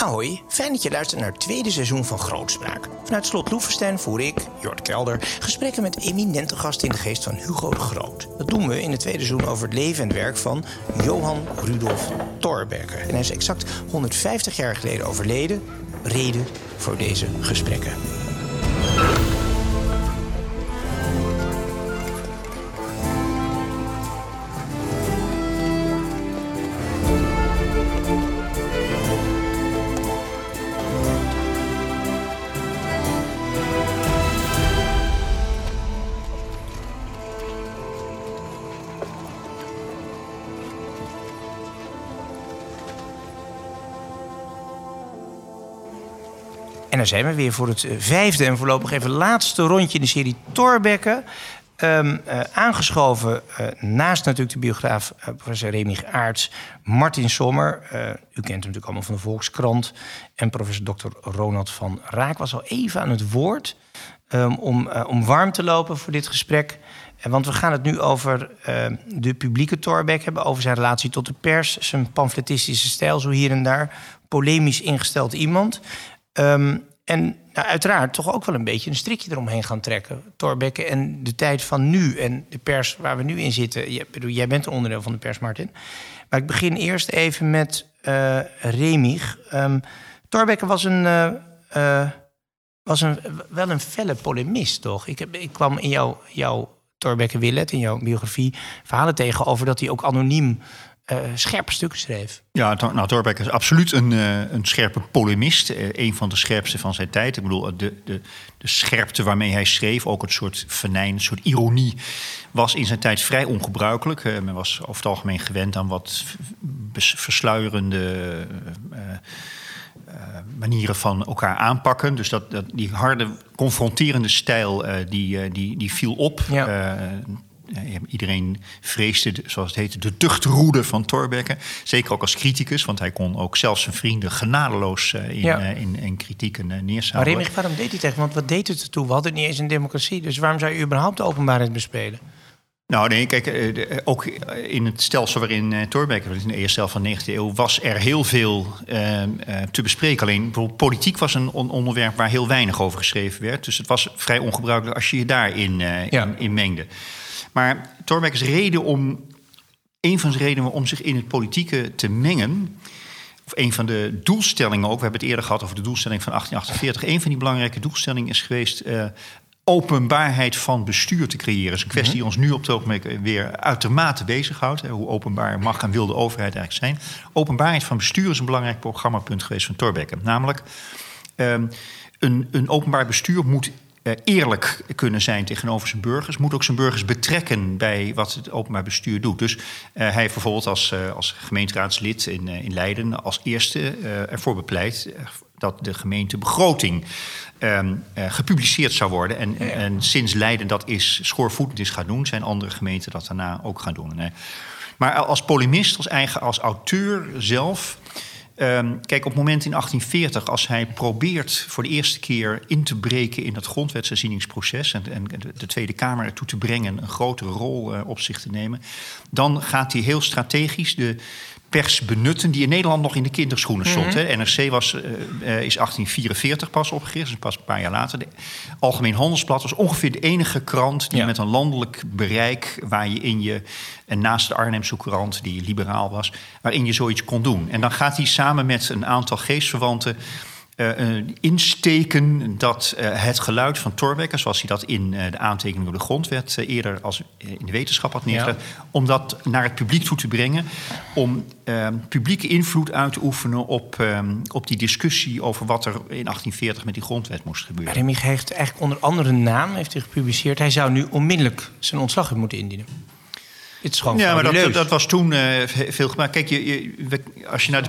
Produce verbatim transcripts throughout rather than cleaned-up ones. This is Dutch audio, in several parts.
Ahoi, fijn dat je luistert naar het tweede seizoen van Grootspraak. Vanuit Slot Loevestein voer ik, Jort Kelder, gesprekken met eminente gasten in de geest van Hugo de Groot. Dat doen we in het tweede seizoen over het leven en werk van Johan Rudolf Thorbecke. En hij is exact honderdvijftig jaar geleden overleden. Reden voor deze gesprekken. En dan zijn we weer voor het vijfde en voorlopig even laatste rondje in de serie Thorbecke. Um, uh, aangeschoven uh, naast natuurlijk de biograaf uh, professor Remig Aerts, Martin Sommer. Uh, u kent hem natuurlijk allemaal van de Volkskrant. En professor dokter Ronald van Raak was al even aan het woord um, om, uh, om warm te lopen voor dit gesprek. Uh, want we gaan het nu over uh, de publieke Thorbecke hebben, over zijn relatie tot de pers, zijn pamfletistische stijl, zo hier en daar. Polemisch ingesteld iemand. Um, en nou, uiteraard toch ook wel een beetje een strikje eromheen gaan trekken. Thorbecke en de tijd van nu en de pers waar we nu in zitten. Jij, bedoel, jij bent een onderdeel van de pers, Martin. Maar ik begin eerst even met uh, Remig. Um, Thorbecke was een, uh, uh, was een wel een felle polemist, toch? Ik, heb, ik kwam in jouw, jouw Thorbecke Willet, in jouw biografie, verhalen tegen over dat hij ook anoniem Uh, scherpe stukken schreef. Ja, nou, Thorbecke is absoluut een, uh, een scherpe polemist. Uh, een van de scherpste van zijn tijd. Ik bedoel, de, de, de scherpte waarmee hij schreef, ook het soort venijn, een soort ironie, was in zijn tijd vrij ongebruikelijk. Uh, men was over het algemeen gewend aan wat versluierende uh, uh, manieren van elkaar aanpakken. Dus dat, dat, die harde, confronterende stijl, uh, die, uh, die, die viel op. Ja. Uh, Iedereen vreesde, zoals het heette, de tuchtroede van Thorbecke. Zeker ook als criticus, want hij kon ook zelfs zijn vrienden genadeloos uh, in, ja. uh, in, in kritieken uh, neersabelen. Maar Remig, waarom deed hij tegen? Want wat deed het ertoe? We hadden niet eens een democratie. Dus waarom zou je überhaupt de openbaarheid bespelen? Nou nee, kijk, uh, ook in het stelsel waarin uh, Thorbecke, in de eerste helft van de negentiende eeuw, was er heel veel uh, uh, te bespreken. Alleen bijvoorbeeld politiek was een on- onderwerp waar heel weinig over geschreven werd. Dus het was vrij ongebruikelijk als je je daarin uh, ja. in, in mengde. Maar Thorbecke's reden om, een van zijn redenen om zich in het politieke te mengen, of een van de doelstellingen ook, we hebben het eerder gehad over de doelstelling van achttien achtenveertig, een van die belangrijke doelstellingen is geweest uh, openbaarheid van bestuur te creëren. Dat is een kwestie die ons nu op het ogenblik weer uitermate bezighoudt. Hoe openbaar mag en wil de overheid eigenlijk zijn. Openbaarheid van bestuur is een belangrijk programmapunt geweest van Thorbecke. Namelijk, um, een, een openbaar bestuur moet Uh, eerlijk kunnen zijn tegenover zijn burgers. Moet ook zijn burgers betrekken bij wat het openbaar bestuur doet. Dus uh, hij heeft bijvoorbeeld als, uh, als gemeenteraadslid in, uh, in Leiden als eerste uh, ervoor bepleit uh, dat de gemeentebegroting uh, uh, gepubliceerd zou worden. En, ja. en sinds Leiden dat is schoorvoetend is gaan doen, zijn andere gemeenten dat daarna ook gaan doen. Uh, maar als polemist, als eigen, als auteur zelf. Um, kijk, op het moment in achttien veertig, als hij probeert voor de eerste keer in te breken in dat grondwetsherzieningsproces en, en de Tweede Kamer ertoe te brengen een grotere rol uh, op zich te nemen, dan gaat hij heel strategisch de pers benutten die in Nederland nog in de kinderschoenen stond. Mm-hmm. Hè. N R C was, uh, uh, is achttien vierenveertig pas opgericht, dus pas een paar jaar later. De Algemeen Handelsblad was ongeveer de enige krant die ja. met een landelijk bereik, waar je in je, en naast de Arnhemse Courant, die liberaal was, waarin je zoiets kon doen. En dan gaat hij samen met een aantal geestverwanten Uh, uh, insteken dat uh, het geluid van Thorbecke, zoals hij dat in uh, de aantekening op de grondwet uh, eerder als uh, in de wetenschap had neergelegd, ja. om dat naar het publiek toe te brengen, om uh, publieke invloed uit te oefenen op, uh, op die discussie over wat er in achttien veertig met die grondwet moest gebeuren. Remig heeft eigenlijk onder andere naam heeft hij gepubliceerd. Hij zou nu onmiddellijk zijn ontslag moeten indienen. Dit is gewoon ja, maar dat, dat was toen uh, veel gemaakt. Kijk, je, je, als je naar de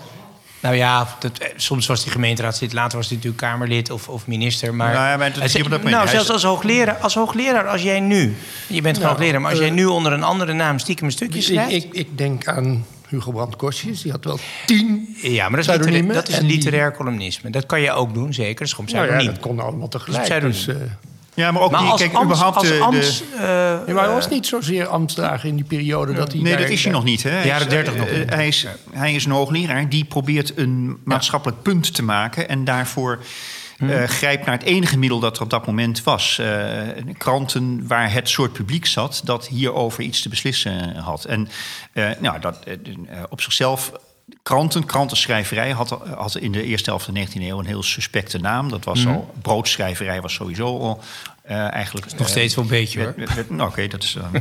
Nou ja, dat, soms was hij gemeenteraadslid, later was hij natuurlijk Kamerlid of, of minister. Maar, nou, ja, maar dat, hij, nou zelfs als hoogleraar, als hoogleraar, als jij nu, je bent nou, hoogleraar, maar als uh, jij nu onder een andere naam stiekem een stukje schrijft. Ik, ik, ik denk aan Hugo Brandt-Korsius, die had wel tien. Ja, maar dat is, literair, dat is literair die columnisme. Dat kan je ook doen, zeker. Dat is gewoon pseudoniem. Nou ja, dat kon allemaal tegelijk. Dus, uh, Ja, maar ook Maar die, als kijk, ambts- überhaupt als de, ambts, de, eh, Ja, maar hij was niet zozeer ambtsdrager in die periode dat hij... Nee, daar- dat is hij nog niet. Hè. Hij Jaren is, dertig eh, nog niet. Hij is, hij is een hoogleraar die probeert een maatschappelijk punt te maken. En daarvoor uh, grijpt naar het enige middel dat er op dat moment was. Uh, kranten waar het soort publiek zat dat hierover iets te beslissen had. En uh, nou, dat, uh, op zichzelf... Kranten, krantenschrijverij had, had in de eerste helft van de negentiende eeuw een heel suspecte naam. Dat was Mm-hmm. al, broodschrijverij was sowieso al uh, eigenlijk... Nog steeds wel een beetje, hoor. werd- werd- nou, Oké, dat is uh,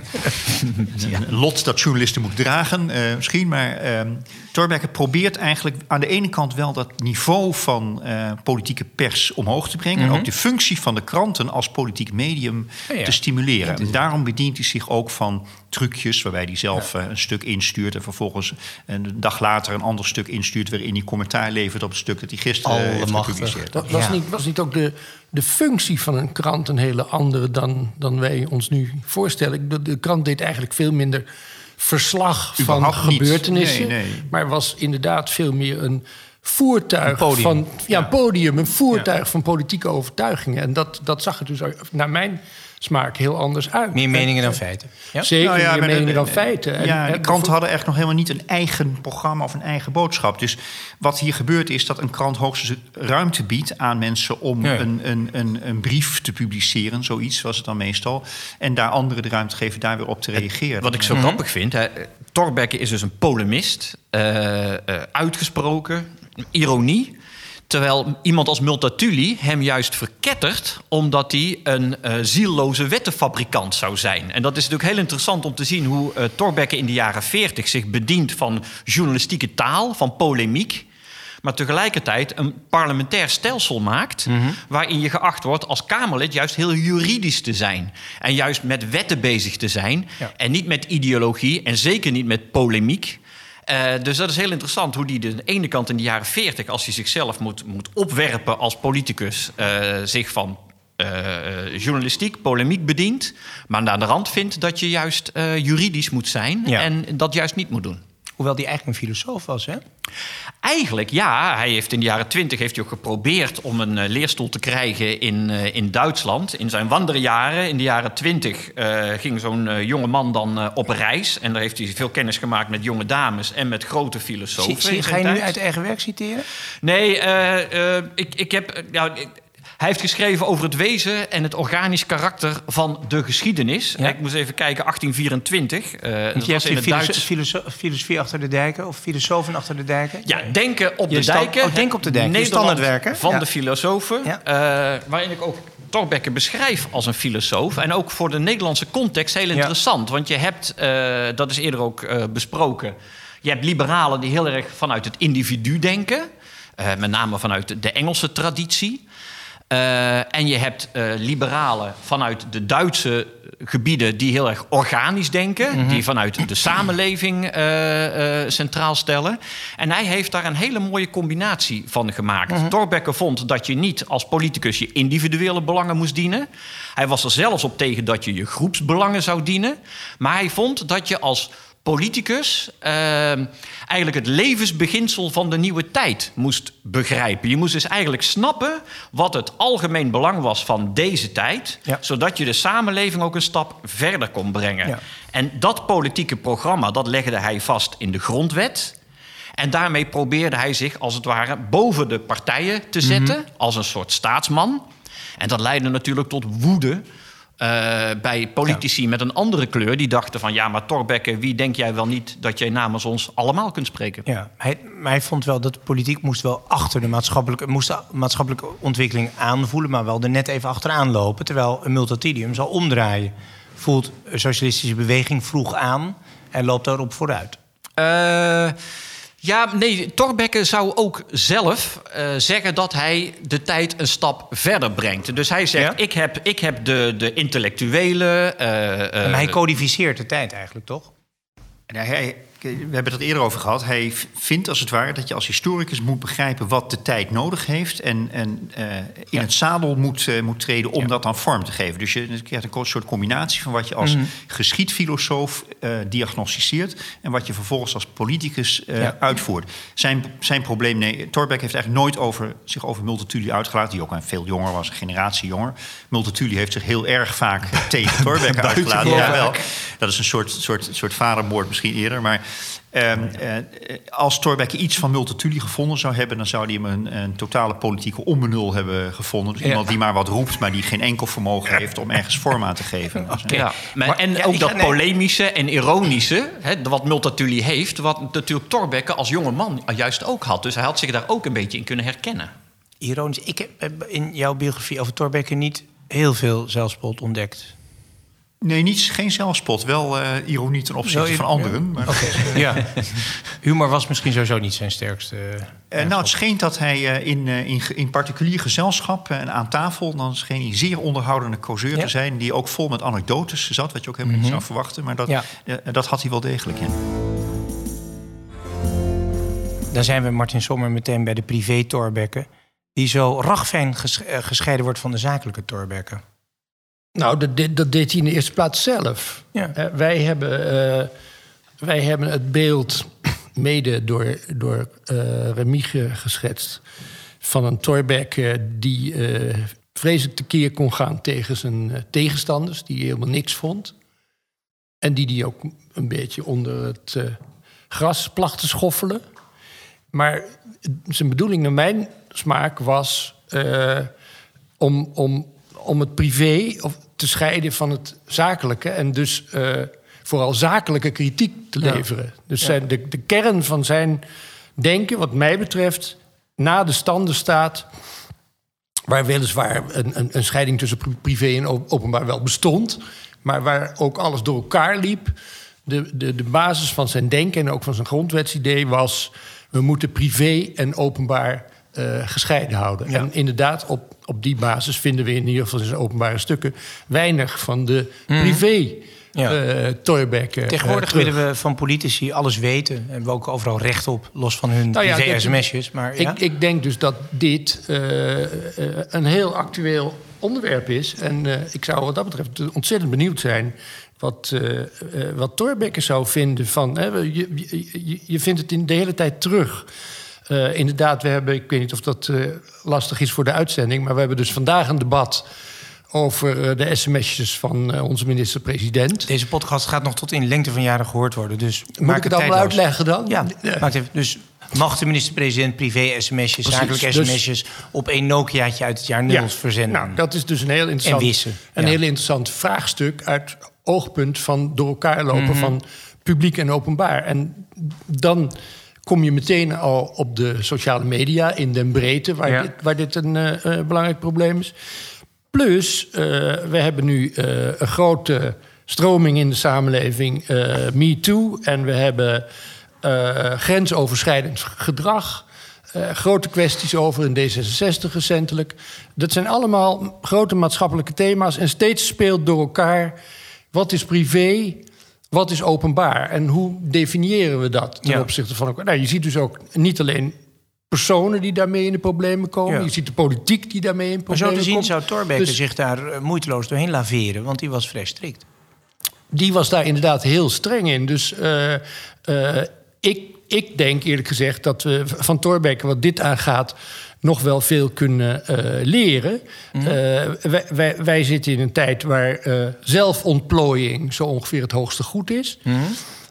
een lot dat journalisten moeten dragen, uh, misschien. Maar uh, Thorbecke probeert eigenlijk aan de ene kant wel dat niveau van uh, politieke pers omhoog te brengen. Mm-hmm. En ook de functie van de kranten als politiek medium Ja, ja. te stimuleren. En daarom bedient hij zich ook van trucjes waarbij hij zelf uh, een stuk instuurt en vervolgens een dag later een ander stuk instuurt waarin hij commentaar levert op het stuk dat hij gisteren uh, heeft Allemachtig. gepubliceerd. Dat was, Ja. niet, was niet ook de, de functie van een krant een hele andere dan, dan wij ons nu voorstellen? De, de krant deed eigenlijk veel minder verslag van Überhaupt niet. gebeurtenissen. Nee, nee. Maar was inderdaad veel meer een voertuig Een podium. van... Ja, een podium, een voertuig Ja. van politieke overtuigingen. En dat, dat zag er dus naar mijn smaak heel anders uit. Meer meningen dan feiten. Ja? Zeker, Nou ja, meer maar de- meningen dan de- feiten. En- Ja, en de kranten hadden echt nog helemaal niet een eigen programma of een eigen boodschap. Dus wat hier gebeurt is dat een krant hoogstens ruimte biedt aan mensen om Ja. een, een, een, een brief te publiceren, zoiets was het dan meestal. En daar anderen de ruimte geven daar weer op te reageren. Wat ik zo grappig vind, hè, Thorbecke is dus een polemist, uh, uh, uitgesproken, ironie. Terwijl iemand als Multatuli hem juist verkettert omdat hij een uh, zielloze wettenfabrikant zou zijn. En dat is natuurlijk heel interessant om te zien hoe uh, Thorbecke in de jaren veertig zich bedient van journalistieke taal, van polemiek. Maar tegelijkertijd een parlementair stelsel maakt, Mm-hmm. waarin je geacht wordt als Kamerlid juist heel juridisch te zijn. En juist met wetten bezig te zijn. Ja. En niet met ideologie en zeker niet met polemiek. Uh, dus dat is heel interessant hoe die de ene kant in de jaren veertig, als hij zichzelf moet, moet opwerpen als politicus, uh, zich van uh, journalistiek, polemiek bedient. Maar aan de rand vindt dat je juist uh, juridisch moet zijn Ja. en dat juist niet moet doen. Hoewel die eigenlijk een filosoof was, hè? Eigenlijk ja, hij heeft in de jaren twintig heeft hij ook geprobeerd om een uh, leerstoel te krijgen in, uh, in Duitsland. In zijn wanderjaren, in de jaren twintig, uh, ging zo'n uh, jonge man dan uh, op reis. En daar heeft hij veel kennis gemaakt met jonge dames en met grote filosofen. Zie, zie, in ga zijn je nu tijd. uit eigen werk citeren? Nee, uh, uh, ik, ik heb... Uh, nou, ik, hij heeft geschreven over het wezen en het organisch karakter van de geschiedenis. Ja. Ik moest even kijken, achttien vierentwintig. Uh, dat Want je was hebt in die het filoso- Duits. filoso- filosofie achter de dijken of filosofen achter de dijken? Ja, denken op Je de stand- dijken. oh, Denken op de dijken, je Nederland standaardwerken. van Ja. de filosofen. Ja. Uh, waarin ik ook Thorbecke beschrijf als een filosoof. En ook voor de Nederlandse context heel interessant. Want je hebt, uh, dat is eerder ook uh, besproken... je hebt liberalen die heel erg vanuit het individu denken. Uh, met name vanuit de Engelse traditie. Uh, en je hebt uh, liberalen vanuit de Duitse gebieden die heel erg organisch denken. Mm-hmm. Die vanuit de samenleving uh, uh, centraal stellen. En hij heeft daar een hele mooie combinatie van gemaakt. Mm-hmm. Thorbecke vond dat je niet als politicus je individuele belangen moest dienen. Hij was er zelfs op tegen dat je je groepsbelangen zou dienen. Maar hij vond dat je als politicus uh, eigenlijk het levensbeginsel van de nieuwe tijd moest begrijpen. Je moest dus eigenlijk snappen wat het algemeen belang was van deze tijd, ja. zodat je de samenleving ook een stap verder kon brengen. Ja. En dat politieke programma, dat legde hij vast in de grondwet. En daarmee probeerde hij zich als het ware boven de partijen te zetten, mm-hmm. als een soort staatsman. En dat leidde natuurlijk tot woede Uh, bij politici ja. met een andere kleur die dachten van... ja, maar Thorbecke, wie denk jij wel niet dat jij namens ons allemaal kunt spreken? Ja, hij, maar hij vond wel dat de politiek moest wel achter de maatschappelijke... moest de maatschappelijke ontwikkeling aanvoelen... maar wel er net even achteraan lopen... terwijl een Multatuli zal omdraaien. Voelt een socialistische beweging vroeg aan... en loopt daarop vooruit. Uh, Ja, nee, Thorbecke zou ook zelf uh, zeggen dat hij de tijd een stap verder brengt. Dus hij zegt, ja? ik heb, ik heb de, de intellectuele... Uh, uh, maar hij codificeert de tijd eigenlijk, toch? Hij, we hebben het eerder over gehad. Hij vindt als het ware dat je als historicus moet begrijpen wat de tijd nodig heeft. En, en uh, in ja. het zadel moet, uh, moet treden om ja. dat dan vorm te geven. Dus je krijgt een soort combinatie van wat je als mm-hmm. geschiedfilosoof uh, diagnosticeert. En wat je vervolgens als politicus uh, ja. uitvoert. Zijn, zijn probleem, nee, Thorbecke heeft eigenlijk nooit over, zich over Multatuli uitgelaten. Die ook een veel jonger was, een generatie jonger. Multatuli heeft zich heel erg vaak tegen Thorbecke uitgelaten. Ja, wel. Dat is een soort, soort, soort vadermoord misschien eerder. Maar uh, uh, als Thorbecke iets van Multatuli gevonden zou hebben, dan zou hij hem een, een totale politieke onbenul hebben gevonden. Dus ja. iemand die maar wat roept, maar die geen enkel vermogen ja. heeft om ergens vorm aan te geven. Dus, okay. ja. Maar, maar, en ja, ook dat polemische en ironische, hè, wat Multatuli heeft, wat natuurlijk Thorbecke als jonge man juist ook had. Dus hij had zich daar ook een beetje in kunnen herkennen. Ironisch. Ik heb in jouw biografie over Thorbecke niet heel veel zelfspot ontdekt. Nee, niet, geen zelfspot. Wel uh, ironie ten opzichte Zo, van anderen. Ja. Maar... Okay. ja. Humor was misschien sowieso niet zijn sterkste... Uh, uh, nou, het scheen dat hij uh, in, uh, in, in particulier gezelschap uh, en aan tafel... dan scheen hij zeer onderhoudende causeur ja. te zijn... die ook vol met anekdotes zat, wat je ook helemaal mm-hmm. niet zou verwachten. Maar dat, ja. uh, dat had hij wel degelijk in. Dan zijn we, Martin Sommer, meteen bij de privé Thorbecke... die zo ragfijn ges- uh, gescheiden wordt van de zakelijke Thorbecke. Nou, dat, dat deed hij in de eerste plaats zelf. Ja. Uh, wij, hebben, uh, wij hebben het beeld, mede door, door uh, Remiege geschetst... van een Thorbecke die uh, vreselijk tekeer kon gaan tegen zijn uh, tegenstanders... die helemaal niks vond. En die die ook een beetje onder het uh, gras placht te schoffelen. Maar zijn bedoeling naar mijn smaak was uh, om... om om het privé te scheiden van het zakelijke... en dus uh, vooral zakelijke kritiek te leveren. Ja. Dus ja. Zijn, de, de kern van zijn denken, wat mij betreft... na de standen staat... waar weliswaar een, een, een scheiding tussen privé en openbaar wel bestond... maar waar ook alles door elkaar liep. De, de, de basis van zijn denken en ook van zijn grondwetsidee was... we moeten privé en openbaar uh, gescheiden houden. Ja. En inderdaad, op Op die basis vinden we in ieder geval in zijn openbare stukken... weinig van de privé ja. uh, Thorbecke. Tegenwoordig uh, willen we van politici alles weten. En we hebben ook overal recht op, los van hun nou ja, privé-sms'jes. Maar, ja? ik, ik denk dus dat dit uh, uh, een heel actueel onderwerp is. En uh, ik zou wat dat betreft ontzettend benieuwd zijn... wat, uh, uh, wat Thorbecke zou vinden van... Hè, je, je, je vindt het in de hele tijd terug... Uh, inderdaad, we hebben, ik weet niet of dat uh, lastig is voor de uitzending... maar we hebben dus vandaag een debat over uh, de sms'jes van uh, onze minister-president. Deze podcast gaat nog tot in lengte van jaren gehoord worden. Dus Moet maak ik het allemaal uitleggen dan? Ja, ja. Maak het even. Dus mag de minister-president privé-sms'jes, zakelijke dus, sms'jes... op één Nokiaatje uit het jaar nul ja, verzenden? Nou, dat is dus een heel interessant, en wissen, een ja. heel interessant vraagstuk... uit oogpunt van door elkaar lopen mm-hmm. van publiek en openbaar. En dan... kom je meteen al op de sociale media in den breedte... waar, ja. dit, waar dit een uh, uh, belangrijk probleem is. Plus, uh, we hebben nu uh, een grote stroming in de samenleving... Uh, Me Too, en we hebben uh, grensoverschrijdend gedrag... Uh, grote kwesties over in D zesenzestig recentelijk. Dat zijn allemaal grote maatschappelijke thema's... en steeds speelt door elkaar wat is privé... wat is openbaar en hoe definiëren we dat ten ja. opzichte van elkaar? Nou, je ziet dus ook niet alleen personen die daarmee in de problemen komen... Ja. Je ziet de politiek die daarmee in de problemen komt. Maar zo te zien zou Thorbecke dus, zich daar uh, moeiteloos doorheen laveren... want die was vrij strikt. Die was daar inderdaad heel streng in. Dus uh, uh, ik, ik denk eerlijk gezegd dat we van Thorbecke wat dit aangaat... nog wel veel kunnen uh, leren. Mm. Uh, wij, wij, wij zitten in een tijd waar uh, zelfontplooiing... zo ongeveer het hoogste goed is. Mm.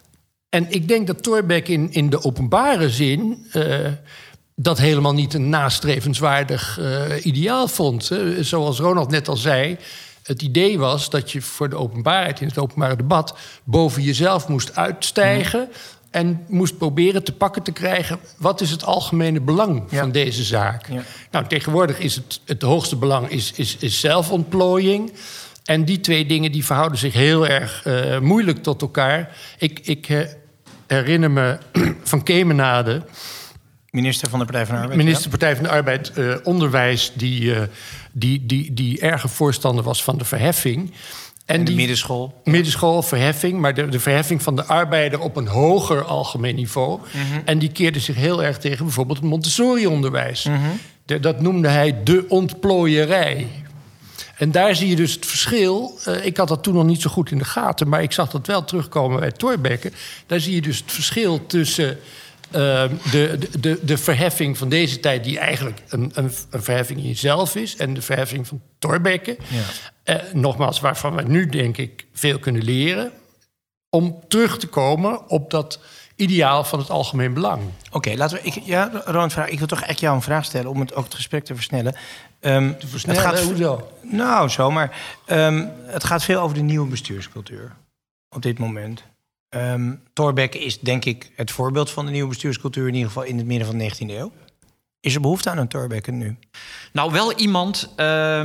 En ik denk dat Thorbecke in, in de openbare zin... Uh, dat helemaal niet een nastrevenswaardig uh, ideaal vond. Uh, zoals Ronald net al zei... het idee was dat je voor de openbaarheid... in het openbare debat boven jezelf moest uitstijgen... Mm. en moest proberen te pakken te krijgen... wat is het algemene belang ja. van deze zaak? Ja. Nou, tegenwoordig is het, het hoogste belang is, is, is zelfontplooiing. En die twee dingen die verhouden zich heel erg uh, moeilijk tot elkaar. Ik, ik uh, herinner me van Kemenade... Minister van de Partij van de Arbeid. Minister ja. Partij van de Arbeid, uh, onderwijs... Die, uh, die, die, die erge voorstander was van de verheffing... En, en de die middenschool. Middenschool, verheffing, maar de, de verheffing van de arbeider op een hoger algemeen niveau. Mm-hmm. En die keerde zich heel erg tegen bijvoorbeeld het Montessori-onderwijs. Mm-hmm. De, dat noemde hij de ontplooierij. En daar zie je dus het verschil. Uh, ik had dat toen nog niet zo goed in de gaten, maar ik zag dat wel terugkomen bij Thorbecke. Daar zie je dus het verschil tussen uh, de, de, de verheffing van deze tijd, die eigenlijk een, een, een verheffing in jezelf is, en de verheffing van Thorbecke. Ja. Uh, nogmaals, waarvan we nu denk ik veel kunnen leren, om terug te komen op dat ideaal van het algemeen belang. Oké, okay, laten we. Ik, ja, Ronald, ik wil toch echt jou een vraag stellen om het ook het gesprek te versnellen. Um, te versnellen? Het gaat, hoezo? Nou, zo, maar um, het gaat veel over de nieuwe bestuurscultuur op dit moment. Um, Thorbecke is denk ik het voorbeeld van de nieuwe bestuurscultuur, in ieder geval in het midden van de negentiende eeuw. Is er behoefte aan een Thorbecke nu? Nou, wel iemand uh,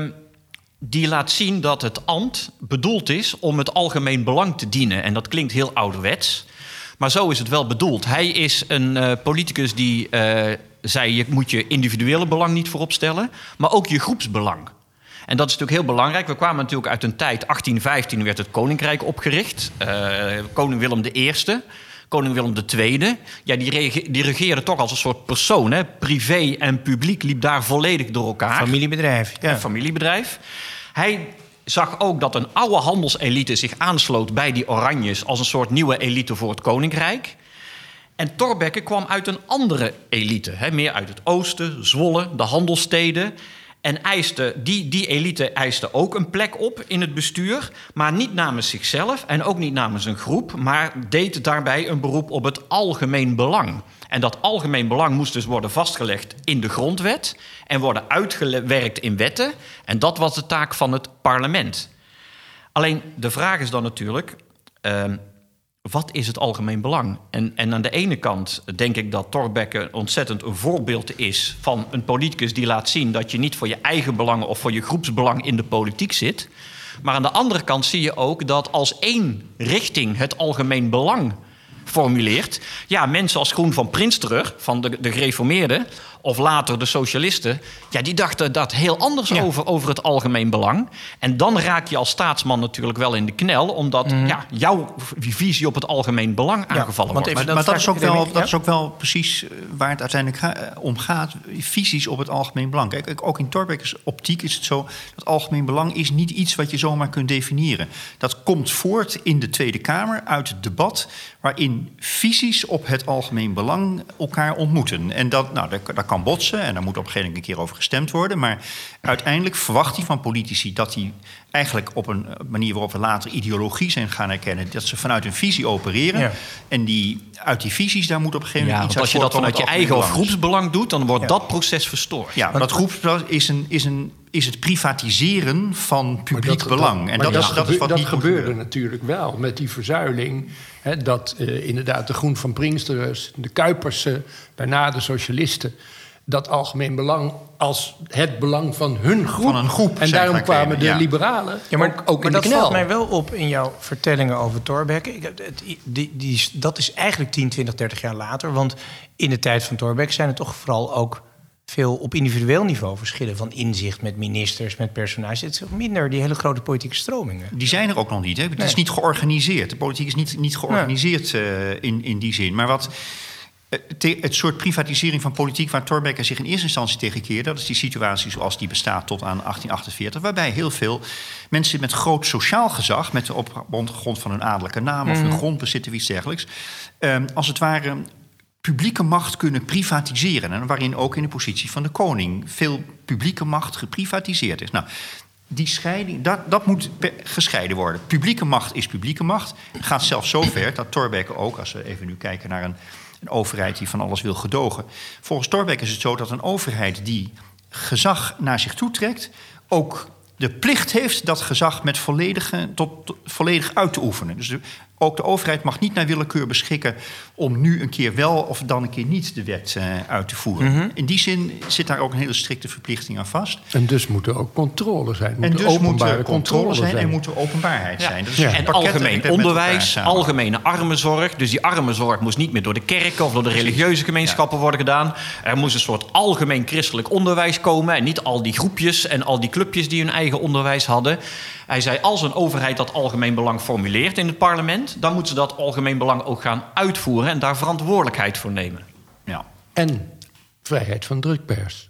die laat zien dat het ambt bedoeld is om het algemeen belang te dienen. En dat klinkt heel ouderwets. Maar zo is het wel bedoeld. Hij is een uh, politicus die uh, zei, je moet je individuele belang niet voorop stellen, maar ook je groepsbelang. En dat is natuurlijk heel belangrijk. We kwamen natuurlijk uit een tijd, achttien vijftien werd het Koninkrijk opgericht. Uh, koning Willem de Eerste, koning Willem de Tweede. Ja, die, rege- die regeerde toch als een soort persoon. Hè? Privé en publiek liep daar volledig door elkaar. Familiebedrijf. Ja. Een familiebedrijf. Hij zag ook dat een oude handelselite zich aansloot bij die Oranjes als een soort nieuwe elite voor het Koninkrijk. En Thorbecke kwam uit een andere elite, hè, meer uit het oosten, Zwolle, de handelssteden. En eiste, die, die elite eiste ook een plek op in het bestuur, maar niet namens zichzelf en ook niet namens een groep, maar deed daarbij een beroep op het algemeen belang. En dat algemeen belang moest dus worden vastgelegd in de grondwet en worden uitgewerkt in wetten. En dat was de taak van het parlement. Alleen de vraag is dan natuurlijk, uh, wat is het algemeen belang? En, en aan de ene kant denk ik dat Thorbecke ontzettend een voorbeeld is van een politicus die laat zien dat je niet voor je eigen belangen of voor je groepsbelang in de politiek zit. Maar aan de andere kant zie je ook dat als één richting het algemeen belang formuleert, ja, mensen als Groen van Prinsterer, van de, de gereformeerden, of later de socialisten, ja, die dachten dat heel anders ja. over, over het algemeen belang. En dan raak je als staatsman natuurlijk wel in de knel, omdat mm. ja, jouw visie op het algemeen belang ja, aangevallen wordt. Maar, maar dat, is ook wel, dat is ook wel precies waar het uiteindelijk ga, om gaat, visies op het algemeen belang. Kijk, ook in Thorbecke's optiek is het zo, dat algemeen belang is niet iets wat je zomaar kunt definiëren. Dat komt voort in de Tweede Kamer uit het debat, waarin visies op het algemeen belang elkaar ontmoeten. En dat, nou, daar, daar kan botsen en daar moet op een gegeven moment een keer over gestemd worden. Maar uiteindelijk verwacht hij van politici dat die eigenlijk op een manier waarop we later ideologie zijn gaan herkennen, dat ze vanuit een visie opereren. Ja. En die, uit die visies, daar moet op een gegeven moment ja, iets uit uit als je dat vanuit je eigen of groepsbelang doet, dan wordt ja. dat proces verstoord. Ja, maar dat groepsbelang is, een, is, een, is het privatiseren van publiek dat, belang. Dat, en dat, dat, is, dat is wat dat niet gebeurde gebeuren. natuurlijk wel met die verzuiling. Hè, dat uh, inderdaad de Groen van Prinsterers, de Kuipersen, daarna de socialisten, dat algemeen belang als het belang van hun groep. Van een groep. En daarom kwamen nemen, de ja. liberalen ja, maar, ook, ook maar in de knel. Dat valt mij wel op in jouw vertellingen over Thorbecke. Ik, het, die, die, dat is eigenlijk tien, twintig, dertig jaar later. Want in de tijd van Thorbecke zijn er toch vooral ook veel op individueel niveau verschillen van inzicht met ministers, met personages. Het is ook minder die hele grote politieke stromingen. Die zijn er ook nog niet. Hè? Het nee. is niet georganiseerd. De politiek is niet, niet georganiseerd nee. uh, in, in die zin. Maar wat het soort privatisering van politiek waar Thorbecke zich in eerste instantie tegen keerde, dat is die situatie zoals die bestaat tot aan achttien achtenveertig, waarbij heel veel mensen met groot sociaal gezag, met de op grond van hun adellijke naam of hun mm. grondbezit of iets dergelijks, um, als het ware publieke macht kunnen privatiseren. En waarin ook in de positie van de koning veel publieke macht geprivatiseerd is. Nou, die scheiding, dat, dat moet gescheiden worden. Publieke macht is publieke macht. Het gaat zelfs zo ver dat Thorbecke ook, als we even nu kijken naar een Een overheid die van alles wil gedogen. Volgens Thorbecke is het zo dat een overheid die gezag naar zich toetrekt ook de plicht heeft dat gezag met volledige, tot, tot, volledig uit te oefenen. Dus de, ook de overheid mag niet naar willekeur beschikken om nu een keer wel of dan een keer niet de wet uh, uit te voeren. Mm-hmm. In die zin zit daar ook een hele strikte verplichting aan vast. En dus moet er ook controle zijn. Moet en dus openbare moet er controle, controle zijn, zijn en moet er openbaarheid ja. zijn. Dat is ja. En algemeen onderwijs, elkaar, algemene armenzorg. Dus die armenzorg moest niet meer door de kerken of door de religieuze gemeenschappen ja. worden gedaan. Er moest een soort algemeen christelijk onderwijs komen en niet al die groepjes en al die clubjes die hun eigen onderwijs hadden. Hij zei, als een overheid dat algemeen belang formuleert in het parlement, dan moeten ze dat algemeen belang ook gaan uitvoeren en daar verantwoordelijkheid voor nemen. Ja. En vrijheid van drukpers.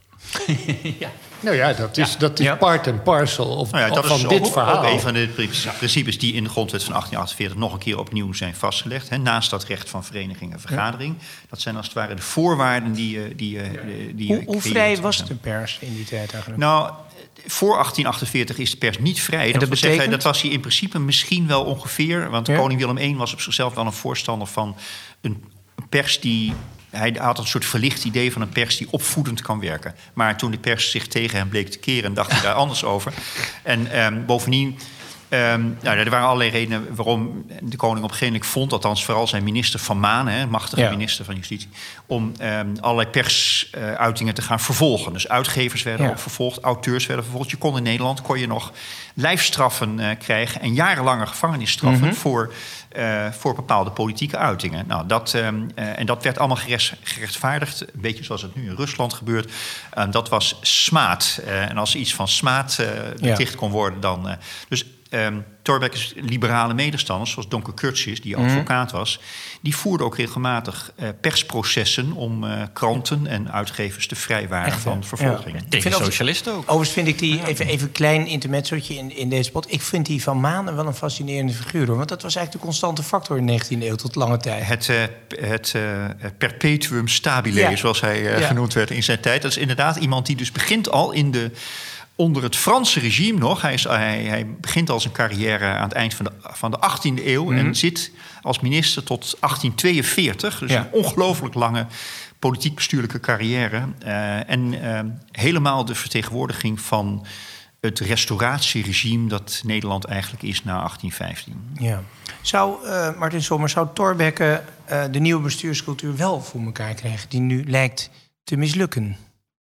ja. Nou ja, dat is, ja. dat is ja. part en parcel of, nou ja, dat van is dit ook, verhaal. ook een van de principes die in de grondwet van achttien achtenveertig nog een keer opnieuw zijn vastgelegd. Hè, naast dat recht van vereniging en vergadering. Ja. Dat zijn als het ware de voorwaarden die... die, die, die hoe hoe vrij was de pers in die tijd eigenlijk? Nou, voor achttien achtenveertig is de pers niet vrij. Dat, dat, betekent... zeggen, dat was hij in principe misschien wel ongeveer. Want ja. koning Willem één was op zichzelf wel een voorstander van een pers die... Hij had een soort verlicht idee van een pers die opvoedend kan werken. Maar toen de pers zich tegen hem bleek te keren, dacht hij daar anders over. En um, bovendien, um, nou, er waren allerlei redenen waarom de koning op een gegeven moment vond, althans vooral zijn minister Van Maan, hè, machtige ja. minister van Justitie, om um, allerlei persuitingen te gaan vervolgen. Dus uitgevers werden ja. ook vervolgd, auteurs werden vervolgd. Je kon in Nederland kon je nog lijfstraffen uh, krijgen en jarenlange gevangenisstraffen mm-hmm. voor... Uh, voor bepaalde politieke uitingen. Nou, dat, um, uh, en dat werd allemaal gerecht, gerechtvaardigd. Een beetje zoals het nu in Rusland gebeurt. Um, dat was smaad. Uh, en als iets van smaad uh, beticht ja. kon worden, dan... Uh, dus um, Thorbecke's liberale medestanders, zoals Donker Curtius, die advocaat mm. was, die voerden ook regelmatig uh, persprocessen om uh, kranten en uitgevers te vrijwaren Echt, van vervolging. Ja. Tegen socialisten ook. Overigens vind ik die, even, even een klein intermezzootje in, in deze pot. Ik vind die Van Maan wel een fascinerende figuur, hoor, want dat was eigenlijk de constante factor in de negentiende eeuw tot lange tijd. Het, uh, het uh, perpetuum stabile, ja. zoals hij uh, ja. genoemd werd in zijn tijd. Dat is inderdaad iemand die dus begint al in de... Onder het Franse regime nog. Hij, is, hij, hij begint al zijn carrière aan het eind van de, van de achttiende eeuw... Mm-hmm. en zit als minister tot achttien tweeënveertig. Dus ja. een ongelooflijk lange politiek-bestuurlijke carrière. Uh, en uh, helemaal de vertegenwoordiging van het restauratieregime... dat Nederland eigenlijk is na achttien vijftien. Ja. Zou, uh, Martin Sommer, zou Thorbecke uh, de nieuwe bestuurscultuur wel voor elkaar krijgen... die nu lijkt te mislukken?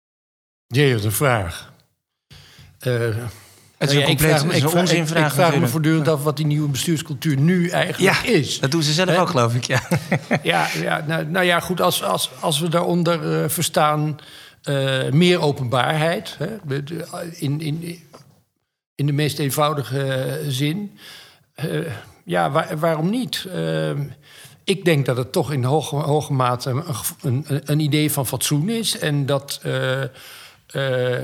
Jee, wat een vraag. Uh, het is een, ja, compleet, ik vraag, ik vraag, ik, ik vraag me voortdurend af wat die nieuwe bestuurscultuur nu eigenlijk ja, is. Dat doen ze zelf uh, ook, geloof ik. Ja, ja, ja nou, nou ja, goed, als, als, als we daaronder uh, verstaan uh, meer openbaarheid... Hè, in, in, in de meest eenvoudige zin, uh, ja, waar, waarom niet? Uh, ik denk dat het toch in hoge, hoge mate een, een, een idee van fatsoen is... en dat... Uh, uh,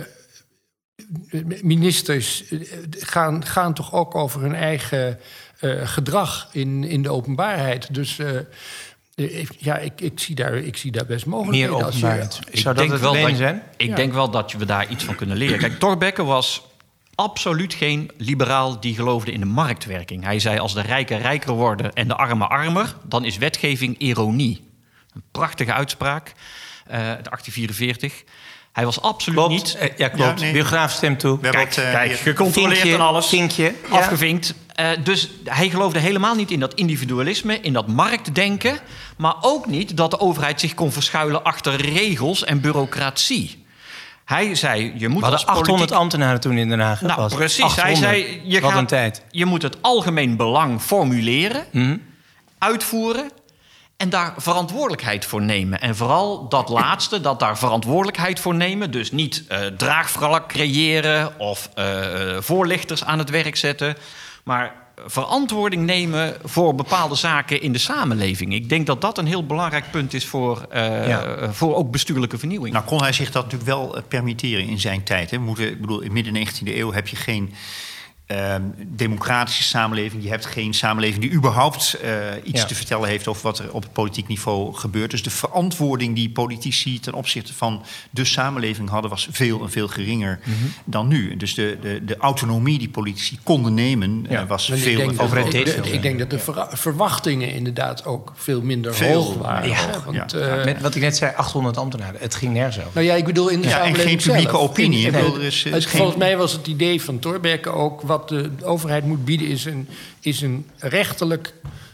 Ministers gaan, gaan toch ook over hun eigen uh, gedrag in, in de openbaarheid. Dus uh, ja, ik, ik, zie daar, ik zie daar best mogelijkheden. Meer openbaarheid. Je, Zou dat het wel dat, zijn? Ik ja. denk wel dat we daar iets van kunnen leren. Kijk, Thorbecke was absoluut geen liberaal die geloofde in de marktwerking. Hij zei, als de rijken rijker worden en de armen armer... dan is wetgeving ironie. Een prachtige uitspraak uh, uit achttien vierenveertig... Hij was absoluut klopt. niet... Uh, ja, klopt. Ja, nee. Biograaf stemt toe. Kijk, uh, kijk gecontroleerd vinkje, en alles. Vinkje. Afgevinkt. Uh, dus hij geloofde helemaal niet in dat individualisme, in dat marktdenken... maar ook niet dat de overheid zich kon verschuilen achter regels en bureaucratie. Hij zei, je moet We hadden achthonderd politiek... ambtenaren toen in Den Haag. Nou, was precies. achthonderd. Hij zei, je, Wat gaat, een tijd. je moet het algemeen belang formuleren, mm-hmm. uitvoeren... en daar verantwoordelijkheid voor nemen. En vooral dat laatste, dat daar verantwoordelijkheid voor nemen. Dus niet uh, draagvlak creëren of uh, voorlichters aan het werk zetten... maar verantwoording nemen voor bepaalde zaken in de samenleving. Ik denk dat dat een heel belangrijk punt is voor, uh, ja. voor ook bestuurlijke vernieuwing. Nou kon hij zich dat natuurlijk wel permitteren in zijn tijd. Hè. We moeten, ik bedoel, in midden negentiende eeuw heb je geen... Uh, democratische samenleving. Je hebt geen samenleving die überhaupt uh, iets ja. te vertellen heeft over wat er op het politiek niveau gebeurt. Dus de verantwoording die politici ten opzichte van de samenleving hadden, was veel en veel geringer mm-hmm. dan nu. Dus de, de, de autonomie die politici konden nemen, ja. uh, was ik veel denk en veel dat, ik, ik denk dat de ver, verwachtingen inderdaad ook veel minder veel, hoog waren. Ja. Hè? Want, ja. Uh, Met wat ik net zei, achthonderd ambtenaren. Het ging nergens over. Nou ja, ik bedoel in de ja, samenleving en geen publieke zelf. opinie. In, nee, het, er is, het, is volgens geen... mij was het idee van Thorbecke ook... wat de overheid moet bieden is een, is een rechterlijk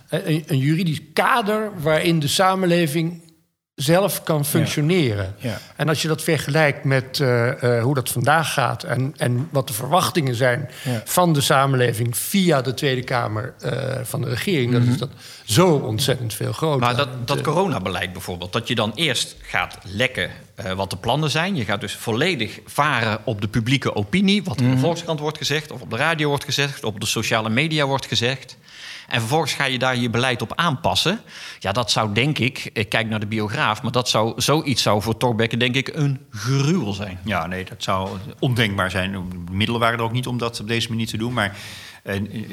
Een, een juridisch kader waarin de samenleving zelf kan functioneren. Ja. Ja. En als je dat vergelijkt met uh, uh, hoe dat vandaag gaat en, en wat de verwachtingen zijn ja. van de samenleving via de Tweede Kamer uh, van de regering, mm-hmm. dan is dat zo ontzettend veel groter. Maar dat, dat coronabeleid bijvoorbeeld, dat je dan eerst gaat lekken uh, wat de plannen zijn. Je gaat dus volledig varen op de publieke opinie, wat mm-hmm. in de Volkskrant wordt gezegd, of op de radio wordt gezegd, op de sociale media wordt gezegd. En vervolgens ga je daar je beleid op aanpassen. Ja, dat zou denk ik, ik kijk naar de biograaf, maar dat zou, zoiets zou voor Thorbecke denk ik een gruwel zijn. Ja, nee, dat zou ondenkbaar zijn. De middelen waren er ook niet om dat op deze manier te doen. Maar uh,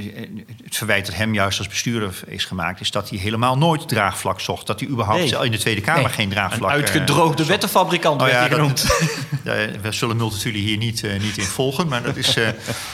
het verwijt dat hem juist als bestuurder is gemaakt, is dat hij helemaal nooit draagvlak zocht. Dat hij überhaupt nee. in de Tweede Kamer nee. geen draagvlak zocht. Een uitgedroogde uh, wettenfabrikant oh, werd hij ja, genoemd. Dat, we zullen Multatuli hier niet, uh, niet in volgen, maar dat is... Uh,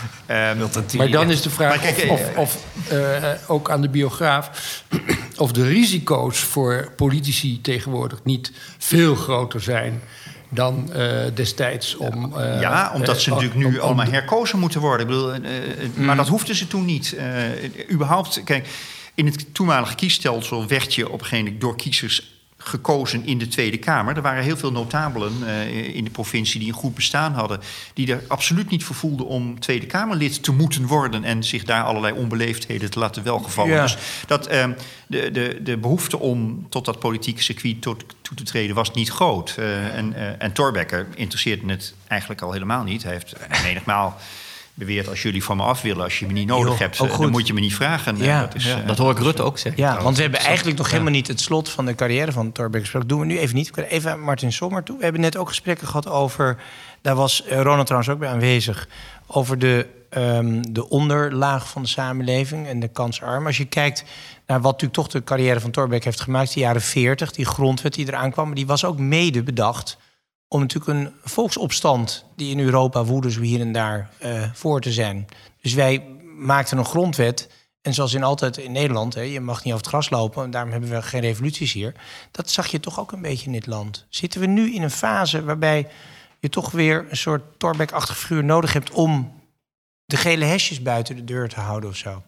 uh, maar dan is de vraag kijk, of, of, of uh, ook aan de biograaf of de risico's voor politici tegenwoordig niet veel groter zijn dan uh, destijds om... Uh, ja, omdat ze uh, natuurlijk nu om, om allemaal herkozen moeten worden. Ik bedoel, uh, uh, mm. Maar dat hoefden ze toen niet. Uh, überhaupt, kijk, in het toenmalige kiesstelsel werd je op een gegeven moment door kiezers gekozen in de Tweede Kamer. Er waren heel veel notabelen uh, in de provincie die een goed bestaan hadden, die er absoluut niet voor voelden om Tweede Kamerlid te moeten worden en zich daar allerlei onbeleefdheden te laten welgevallen. Ja. Dus dat, uh, de, de, de behoefte om tot dat politieke circuit toe, toe te treden was niet groot. Uh, en, uh, en Thorbecke interesseert het eigenlijk al helemaal niet. Hij heeft menigmaal beweert, als jullie van me af willen, als je me niet nodig hebt, dan moet je me niet vragen. Ja, dat, is, ja, uh, dat hoor ik Rutte ook zeggen. Ja, want we hebben eigenlijk nog ja. helemaal niet het slot van de carrière van Thorbecke gesproken. Dat doen we nu even niet. We kunnen even Martin Sommer toe. We hebben net ook gesprekken gehad over, daar was Ronald trouwens ook bij aanwezig, over de, um, de onderlaag van de samenleving en de kansarm. Als je kijkt naar wat natuurlijk toch de carrière van Thorbecke heeft gemaakt, de jaren veertig, die grondwet die eraan kwam, die was ook mede bedacht om natuurlijk een volksopstand die in Europa woedde, zo hier en daar, uh, voor te zijn. Dus wij maakten een grondwet. En zoals in altijd in Nederland, hè, je mag niet over het gras lopen, en daarom hebben we geen revoluties hier. Dat zag je toch ook een beetje in dit land. Zitten we nu in een fase waarbij je toch weer een soort Thorbecke-achtig figuur nodig hebt om de gele hesjes buiten de deur te houden of zo?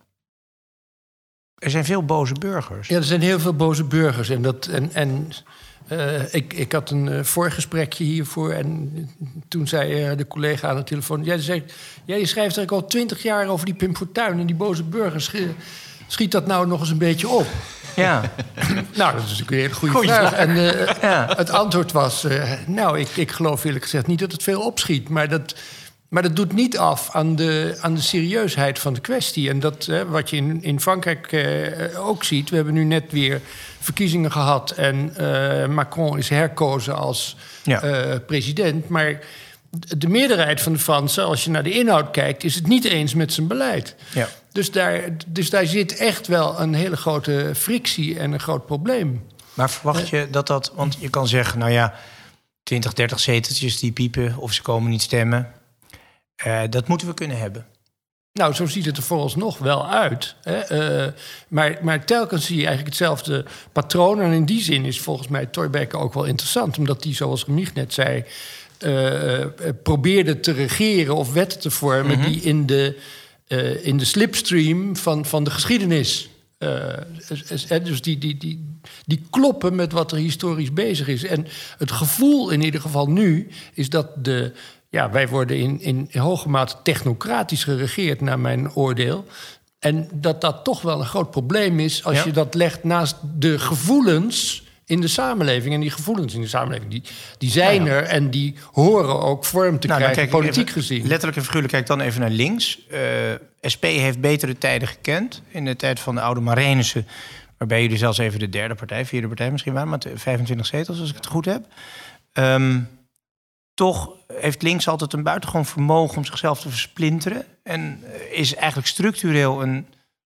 Er zijn veel boze burgers. Ja, er zijn heel veel boze burgers. En dat... En, en... Uh, ik, ik had een uh, voorgesprekje hiervoor en toen zei uh, de collega aan de telefoon... Jij, zei, jij je schrijft eigenlijk al twintig jaar over die Pim Fortuyn en die boze burgers. Schiet dat nou nog eens een beetje op? Ja. Nou, dat is natuurlijk een hele goede Goeie vraag. vraag. En uh, ja. het antwoord was... Uh, nou, ik, ik geloof eerlijk gezegd niet dat het veel opschiet, maar dat... Maar dat doet niet af aan de, aan de serieusheid van de kwestie. En dat, hè, wat je in, in Frankrijk uh, ook ziet. We hebben nu net weer verkiezingen gehad. En uh, Macron is herkozen als ja. uh, president. Maar de meerderheid van de Fransen, als je naar de inhoud kijkt, is het niet eens met zijn beleid. Ja. Dus, daar, dus daar zit echt wel een hele grote frictie en een groot probleem. Maar verwacht je dat dat... Want je kan zeggen, nou ja, twintig, dertig zeteltjes die piepen of ze komen niet stemmen. Uh, dat moeten we kunnen hebben. Nou, zo ziet het er vooralsnog wel uit. Hè? Uh, maar, maar telkens zie je eigenlijk hetzelfde patroon. En in die zin is volgens mij Thorbecke ook wel interessant. Omdat hij, zoals Remig net zei, uh, uh, probeerde te regeren of wetten te vormen... Mm-hmm. die in de, uh, in de slipstream van, van de geschiedenis... Uh, dus die, die, die, die kloppen met wat er historisch bezig is. En het gevoel in ieder geval nu is dat de... Ja, wij worden in, in hoge mate technocratisch geregeerd, naar mijn oordeel. En dat dat toch wel een groot probleem is als ja. je dat legt naast de gevoelens in de samenleving. En die gevoelens in de samenleving, die, die zijn ja, ja. er en die horen ook vorm te nou, krijgen, politiek even, gezien. Letterlijk en figuurlijk, kijk dan even naar links. Uh, S P heeft betere tijden gekend. In de tijd van de oude Marijnissen, waarbij jullie zelfs even de derde partij, vierde partij misschien waren, met vijfentwintig zetels, als ik het goed heb. Um, Toch heeft links altijd een buitengewoon vermogen om zichzelf te versplinteren. En is eigenlijk structureel een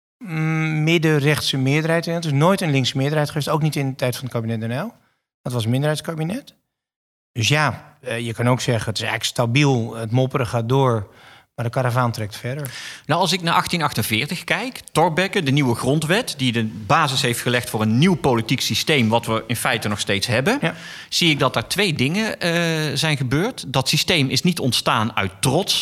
mm, middenrechtse meerderheid. Het is nooit een linkse meerderheid geweest. Ook niet in de tijd van het kabinet Den Uyl. Dat was een minderheidskabinet. Dus ja, je kan ook zeggen, het is eigenlijk stabiel. Het mopperen gaat door. Maar de karavaan trekt verder. Nou, als ik naar achttien achtenveertig kijk, Thorbecke, de nieuwe grondwet, die de basis heeft gelegd voor een nieuw politiek systeem, wat we in feite nog steeds hebben, ja. zie ik dat daar twee dingen uh, zijn gebeurd. Dat systeem is niet ontstaan uit trots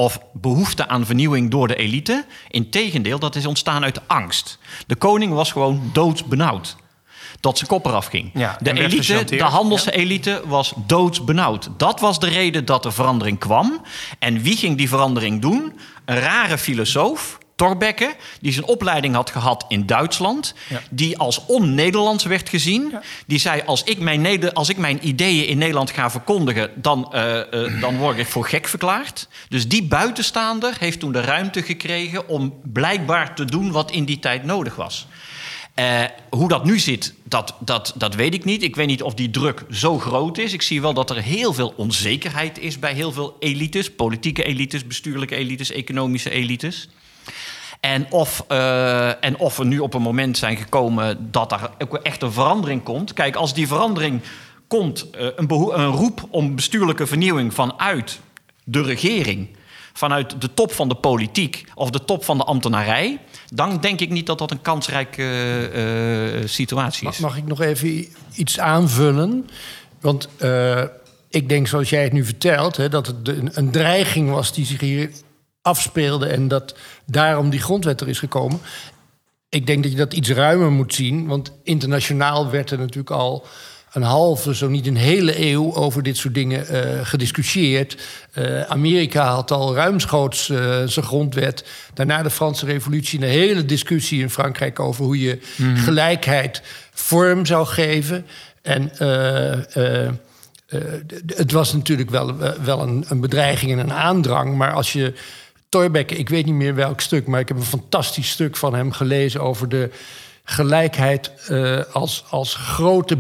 of behoefte aan vernieuwing door de elite. Integendeel, dat is ontstaan uit angst. De koning was gewoon doodsbenauwd dat zijn kop eraf ging. Ja, de elite, de handelse ja. elite was doodsbenauwd. Dat was de reden dat er verandering kwam. En wie ging die verandering doen? Een rare filosoof, Thorbecke, die zijn opleiding had gehad in Duitsland, ja. die als on-Nederlands werd gezien. Ja. Die zei, als ik, mijn Neder- als ik mijn ideeën in Nederland ga verkondigen, dan, uh, uh, dan word ik voor gek verklaard. Dus die buitenstaander heeft toen de ruimte gekregen om blijkbaar te doen wat in die tijd nodig was. Uh, hoe dat nu zit, dat, dat, dat weet ik niet. Ik weet niet of die druk zo groot is. Ik zie wel dat er heel veel onzekerheid is bij heel veel elites. Politieke elites, bestuurlijke elites, economische elites. En of, uh, en of we nu op een moment zijn gekomen dat er ook echt een verandering komt. Kijk, als die verandering komt, uh, een, beho- een roep om bestuurlijke vernieuwing vanuit de regering, vanuit de top van de politiek of de top van de ambtenarij, dan denk ik niet dat dat een kansrijke uh, situatie is. Mag ik nog even iets aanvullen? Want uh, ik denk, zoals jij het nu vertelt, hè, dat het een, een dreiging was die zich hier afspeelde en dat daarom die grondwet er is gekomen. Ik denk dat je dat iets ruimer moet zien, want internationaal werd er natuurlijk al een halve, zo niet een hele eeuw over dit soort dingen uh, gediscussieerd. Uh, Amerika had al ruimschoots uh, zijn grondwet. Daarna de Franse Revolutie, een hele discussie in Frankrijk over hoe je mm. gelijkheid vorm zou geven. En uh, uh, uh, het was natuurlijk wel, uh, wel een, een bedreiging en een aandrang, maar als je Thorbecke, ik weet niet meer welk stuk, maar ik heb een fantastisch stuk van hem gelezen over de gelijkheid uh, als, als grote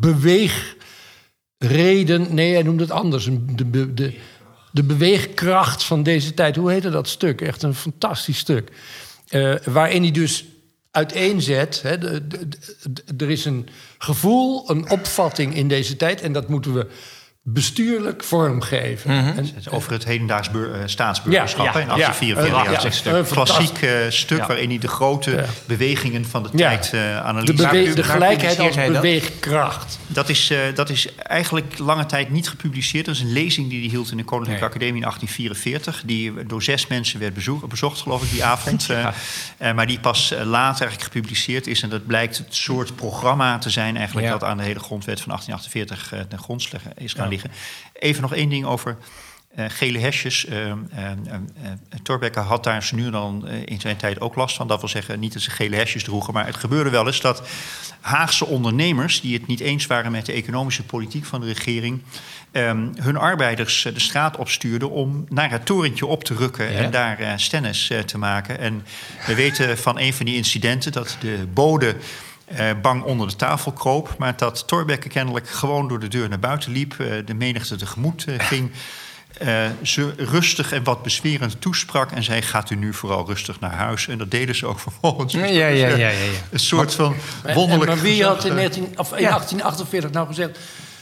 beweegreden. Nee, hij noemde het anders. De, de, de, de beweegkracht van deze tijd. Hoe heette dat stuk? Echt een fantastisch stuk. Uh, waarin hij dus uiteenzet. Hè, de, de, de, er is een gevoel, een opvatting in deze tijd. En dat moeten we bestuurlijk vormgeven. Mm-hmm. En, over het hedendaags beur, uh, staatsburgerschap ja, ja, in achttien vierenveertig. Ja, ja, ja, een klassiek uh, stuk ja. waarin hij de grote ja. bewegingen van de ja. tijd uh, analyseert. De, bewe- de gelijkheid als beweegkracht. Dat is, uh, dat is eigenlijk lange tijd niet gepubliceerd. Dat is een lezing die hij hield in de Koninklijke nee. Academie in achttien vierenveertig... die door zes mensen werd bezoek, bezocht, geloof ik, die avond. ja. uh, uh, maar die pas uh, later eigenlijk gepubliceerd is. En dat blijkt het soort programma te zijn eigenlijk ja. dat aan de hele grondwet van achttien achtenveertig uh, ten grondslag is gaan ja. liggen. Even nog één ding over uh, gele hesjes. Uh, uh, uh, uh, Thorbecke had daar nu en dan uh, in zijn tijd ook last van. Dat wil zeggen, niet dat ze gele hesjes droegen, maar het gebeurde wel eens dat Haagse ondernemers die het niet eens waren met de economische politiek van de regering, Um, hun arbeiders uh, de straat opstuurden om naar het torentje op te rukken ja. en daar uh, stennis uh, te maken. En we weten van een van die incidenten dat de bode Uh, bang onder de tafel kroop, maar dat Thorbecke kennelijk gewoon door de deur naar buiten liep, uh, de menigte tegemoet uh, ging, uh, ze rustig en wat bezwerend toesprak en zei, gaat u nu vooral rustig naar huis. En dat deden ze ook vervolgens. Ja, ja, ja, ja, ja. Een soort van wonderlijk. Maar wie had in, negentien, of in ja. achttien achtenveertig nou gezegd,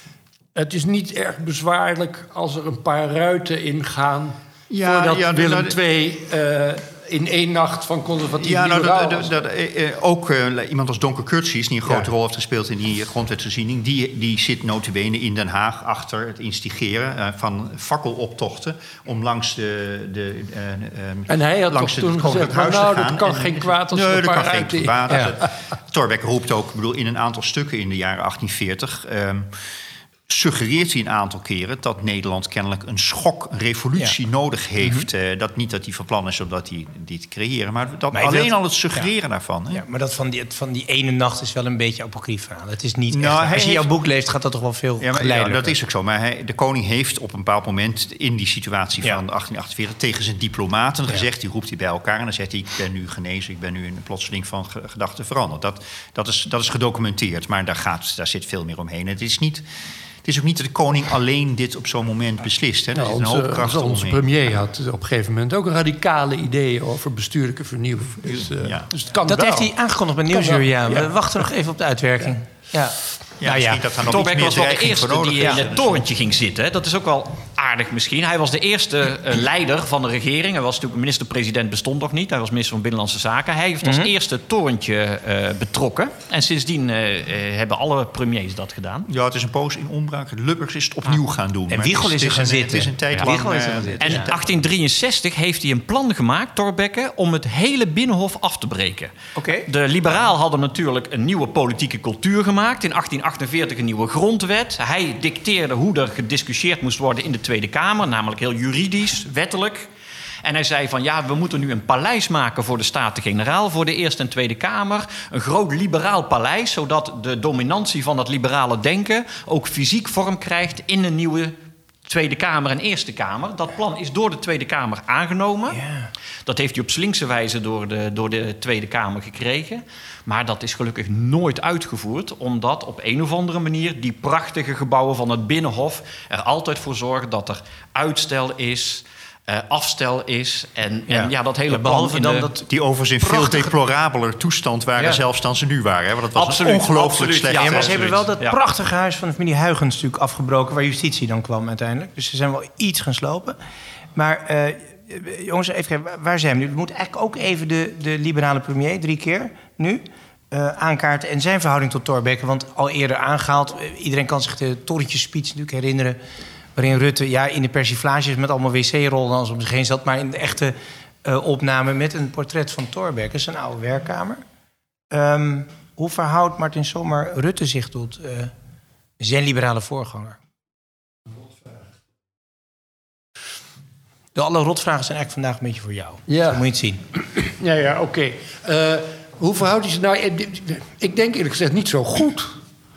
het is niet erg bezwaarlijk als er een paar ruiten ingaan ja, voordat ja, Willem de tweede Uh, in één nacht van conservatief ja, nou, dat, dat, dat, uh, ook uh, iemand als Donker Curtsies, die een grote ja. rol heeft gespeeld in die grondwetsherziening, die, die zit nota bene in Den Haag achter het instigeren uh, van fakkeloptochten om langs de, de uh, um, en hij had langs toch toen gezegd, nou, nou dat kan en, geen kwaad als nee, een dat paar kan geen ruiten. kwaad. Ja. Thorbecke roept ook, ik bedoel, in een aantal stukken in de jaren achttien veertig. Um, suggereert hij een aantal keren dat Nederland kennelijk een schok, een revolutie ja. nodig heeft. Mm-hmm. Uh, dat niet dat hij van plan is om dat die, die te creëren, maar dat maar alleen wilt, al het suggereren ja. daarvan. Hè? Ja, maar dat van die, van die ene nacht is wel een beetje apocrief verhaal. Het is niet nou, echt, als je jouw boek leest, gaat dat toch wel veel ja, maar, ja, dat is ook zo. Maar hij, de koning heeft op een bepaald moment in die situatie ja. van achttien achtenveertig tegen zijn diplomaten ja. gezegd, die roept hij bij elkaar en dan zegt hij, ik ben nu genezen, ik ben nu in plotseling van gedachten veranderd. Dat, dat, is, dat is gedocumenteerd, maar daar, gaat, daar zit veel meer omheen. Het is niet... Het is ook niet dat de koning alleen dit op zo'n moment beslist. Hè. Er nou, zit een onze, hoop kracht onze omheen. premier had op een gegeven moment ook radicale ideeën over bestuurlijke vernieuwing. Dus, uh, ja. dus het kan dat wel. heeft hij aangekondigd bij Nieuwsuur. Ja. We wachten nog even op de uitwerking. Ja. Ja, ja, ja. Dat Thorbecke was wel de eerste die in het torentje ging zitten. Hè. Dat is ook wel aardig misschien. Hij was de eerste uh, leider van de regering. Hij was natuurlijk minister-president, bestond nog niet. Hij was minister van Binnenlandse Zaken. Hij heeft mm-hmm. als eerste het torentje uh, betrokken. En sindsdien uh, uh, hebben alle premiers dat gedaan. Ja, het is een poos in onbruik. Lubbers is het opnieuw ah. gaan doen. En Wiegel is er gaan zitten. Het is een tijd ja. lang... Uh, en in achttien drieënzestig heeft hij een plan gemaakt, Thorbecke, om het hele Binnenhof af te breken. Okay. De liberalen hadden natuurlijk een nieuwe politieke cultuur gemaakt. In achttien achtenveertig een nieuwe grondwet. Hij dicteerde hoe er gediscussieerd moest worden in de Tweede Kamer. Namelijk heel juridisch, wettelijk. En hij zei van ja, we moeten nu een paleis maken voor de Staten-Generaal, voor de Eerste en Tweede Kamer. Een groot liberaal paleis, zodat de dominantie van dat liberale denken ook fysiek vorm krijgt in een nieuwe Tweede Kamer en Eerste Kamer. Dat plan is door de Tweede Kamer aangenomen. Yeah. Dat heeft hij op slinkse wijze door de, door de Tweede Kamer gekregen. Maar dat is gelukkig nooit uitgevoerd, omdat op een of andere manier die prachtige gebouwen van het Binnenhof er altijd voor zorgen dat er uitstel is, Uh, afstel is. En ja, en ja dat hele ja, behalve dan de, dat die overigens in veel deplorabeler toestand waren ja. zelfs dan ze nu waren. Hè? Want dat was absoluut, een ongelooflijk slecht. Ja, maar absoluut. ze hebben wel dat ja. prachtige huis van de familie Huygens natuurlijk afgebroken, waar justitie dan kwam uiteindelijk. Dus ze zijn wel iets gaan slopen. Maar uh, jongens, even kijken, waar zijn we nu? We moeten eigenlijk ook even de, de liberale premier drie keer nu uh, aankaarten en zijn verhouding tot Thorbecke. Want al eerder aangehaald, iedereen kan zich de torentjesspeech natuurlijk herinneren, waarin Rutte ja, in de persiflages met allemaal wc-rollen als om zich heen zat, maar in de echte uh, opname met een portret van Thorbecke, zijn oude werkkamer. Um, hoe verhoudt Martin Sommer Rutte zich tot uh, zijn liberale voorganger? De alle rotvragen zijn eigenlijk vandaag een beetje voor jou. Ja. Zo moet je het zien. Ja, ja, oké. Okay. Uh, hoe verhoudt hij zich nou? Ik denk eerlijk gezegd niet zo goed.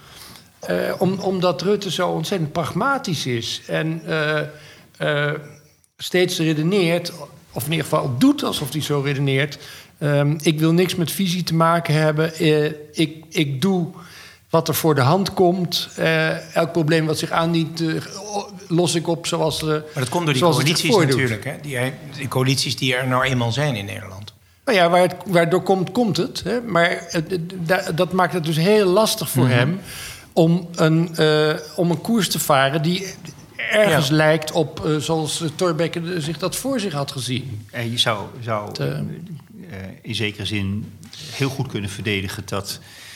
Uh, om, omdat Rutte zo ontzettend pragmatisch is en uh, uh, steeds redeneert, of in ieder geval doet alsof hij zo redeneert. Um, ik wil niks met visie te maken hebben. Uh, ik, ik doe wat er voor de hand komt. Uh, elk probleem wat zich aandient, uh, los ik op zoals... Uh, maar dat komt door die coalities natuurlijk. Hè? Die, die coalities die er nou eenmaal zijn in Nederland. Nou ja, waar het, waardoor komt, komt het. Hè? Maar uh, da, dat maakt het dus heel lastig voor mm-hmm. hem om een, uh, om een koers te varen die ergens ja. lijkt op uh, zoals Thorbecke zich dat voor zich had gezien. En je zou, zou uh, uh, in zekere zin heel goed kunnen verdedigen dat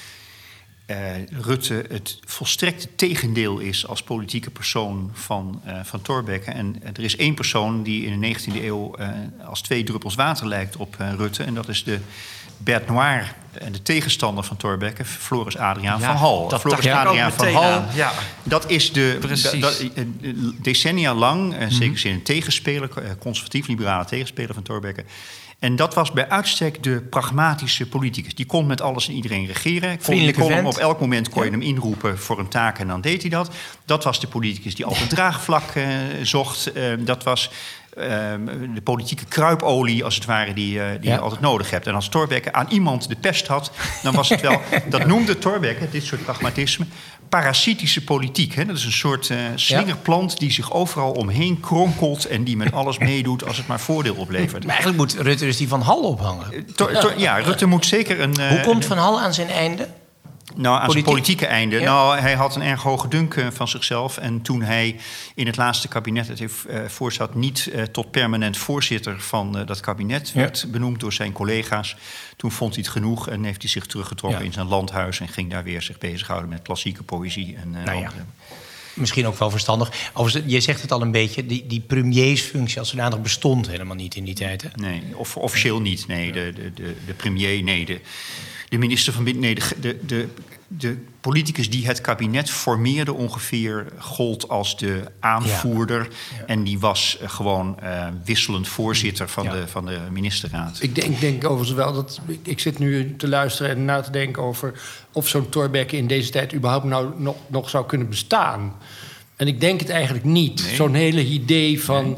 uh, Rutte het volstrekte tegendeel is als politieke persoon van, uh, van Thorbecke. En uh, er is één persoon die in de negentiende eeuw uh, als twee druppels water lijkt op uh, Rutte. En dat is de bête noire en de tegenstander van Thorbecke, Floris Adriaan ja, van Hal. Dat Floris Adriaan van Hal, ja. dat is de da, da, decennia lang, mm-hmm. zeker in een tegenspeler, conservatief-liberale tegenspeler van Thorbecke. En dat was bij uitstek de pragmatische politicus. Die kon met alles en iedereen regeren. Kon, die kon hem op elk moment kon je ja. hem inroepen voor een taak en dan deed hij dat. Dat was de politicus die altijd draagvlak uh, zocht. Uh, dat was uh, de politieke kruipolie, als het ware, die, uh, die ja. je altijd nodig hebt. En als Thorbecke aan iemand de pest had, dan was het wel... dat noemde Thorbecke, dit soort pragmatisme, parasitische politiek. Hè? Dat is een soort uh, slingerplant ja. die zich overal omheen kronkelt en die met alles meedoet als het maar voordeel oplevert. Maar eigenlijk moet Rutte dus die Van Hal ophangen. To, to, ja, Rutte moet zeker een... Uh, Hoe komt Van Hal aan zijn einde? Nou, aan Politiek? zijn politieke einde. Ja. Nou, hij had een erg hoge dunk uh, van zichzelf. En toen hij in het laatste kabinet het heeft uh, voorzat, niet uh, tot permanent voorzitter van uh, dat kabinet ja. werd benoemd door zijn collega's. Toen vond hij het genoeg en heeft hij zich teruggetrokken ja. in zijn landhuis en ging daar weer zich bezighouden met klassieke poëzie en uh, nou ja. Misschien ook wel verstandig. Overigens, je zegt het al een beetje, die, die premiersfunctie als zodanig bestond helemaal niet in die tijd. Hè? Nee, of, officieel niet. Nee, de, de, de, de premier, nee, de... De minister van Binnen... Nee, de, de, de, de politicus die het kabinet formeerde ongeveer gold als de aanvoerder. Ja. Ja. En die was uh, gewoon uh, wisselend voorzitter van, ja. de, van de ministerraad. Ik denk, denk overigens wel dat... Ik, ik zit nu te luisteren en na te denken over of zo'n Thorbecke in deze tijd überhaupt nou nog, nog zou kunnen bestaan. En ik denk het eigenlijk niet. Nee. Zo'n hele idee van... Nee.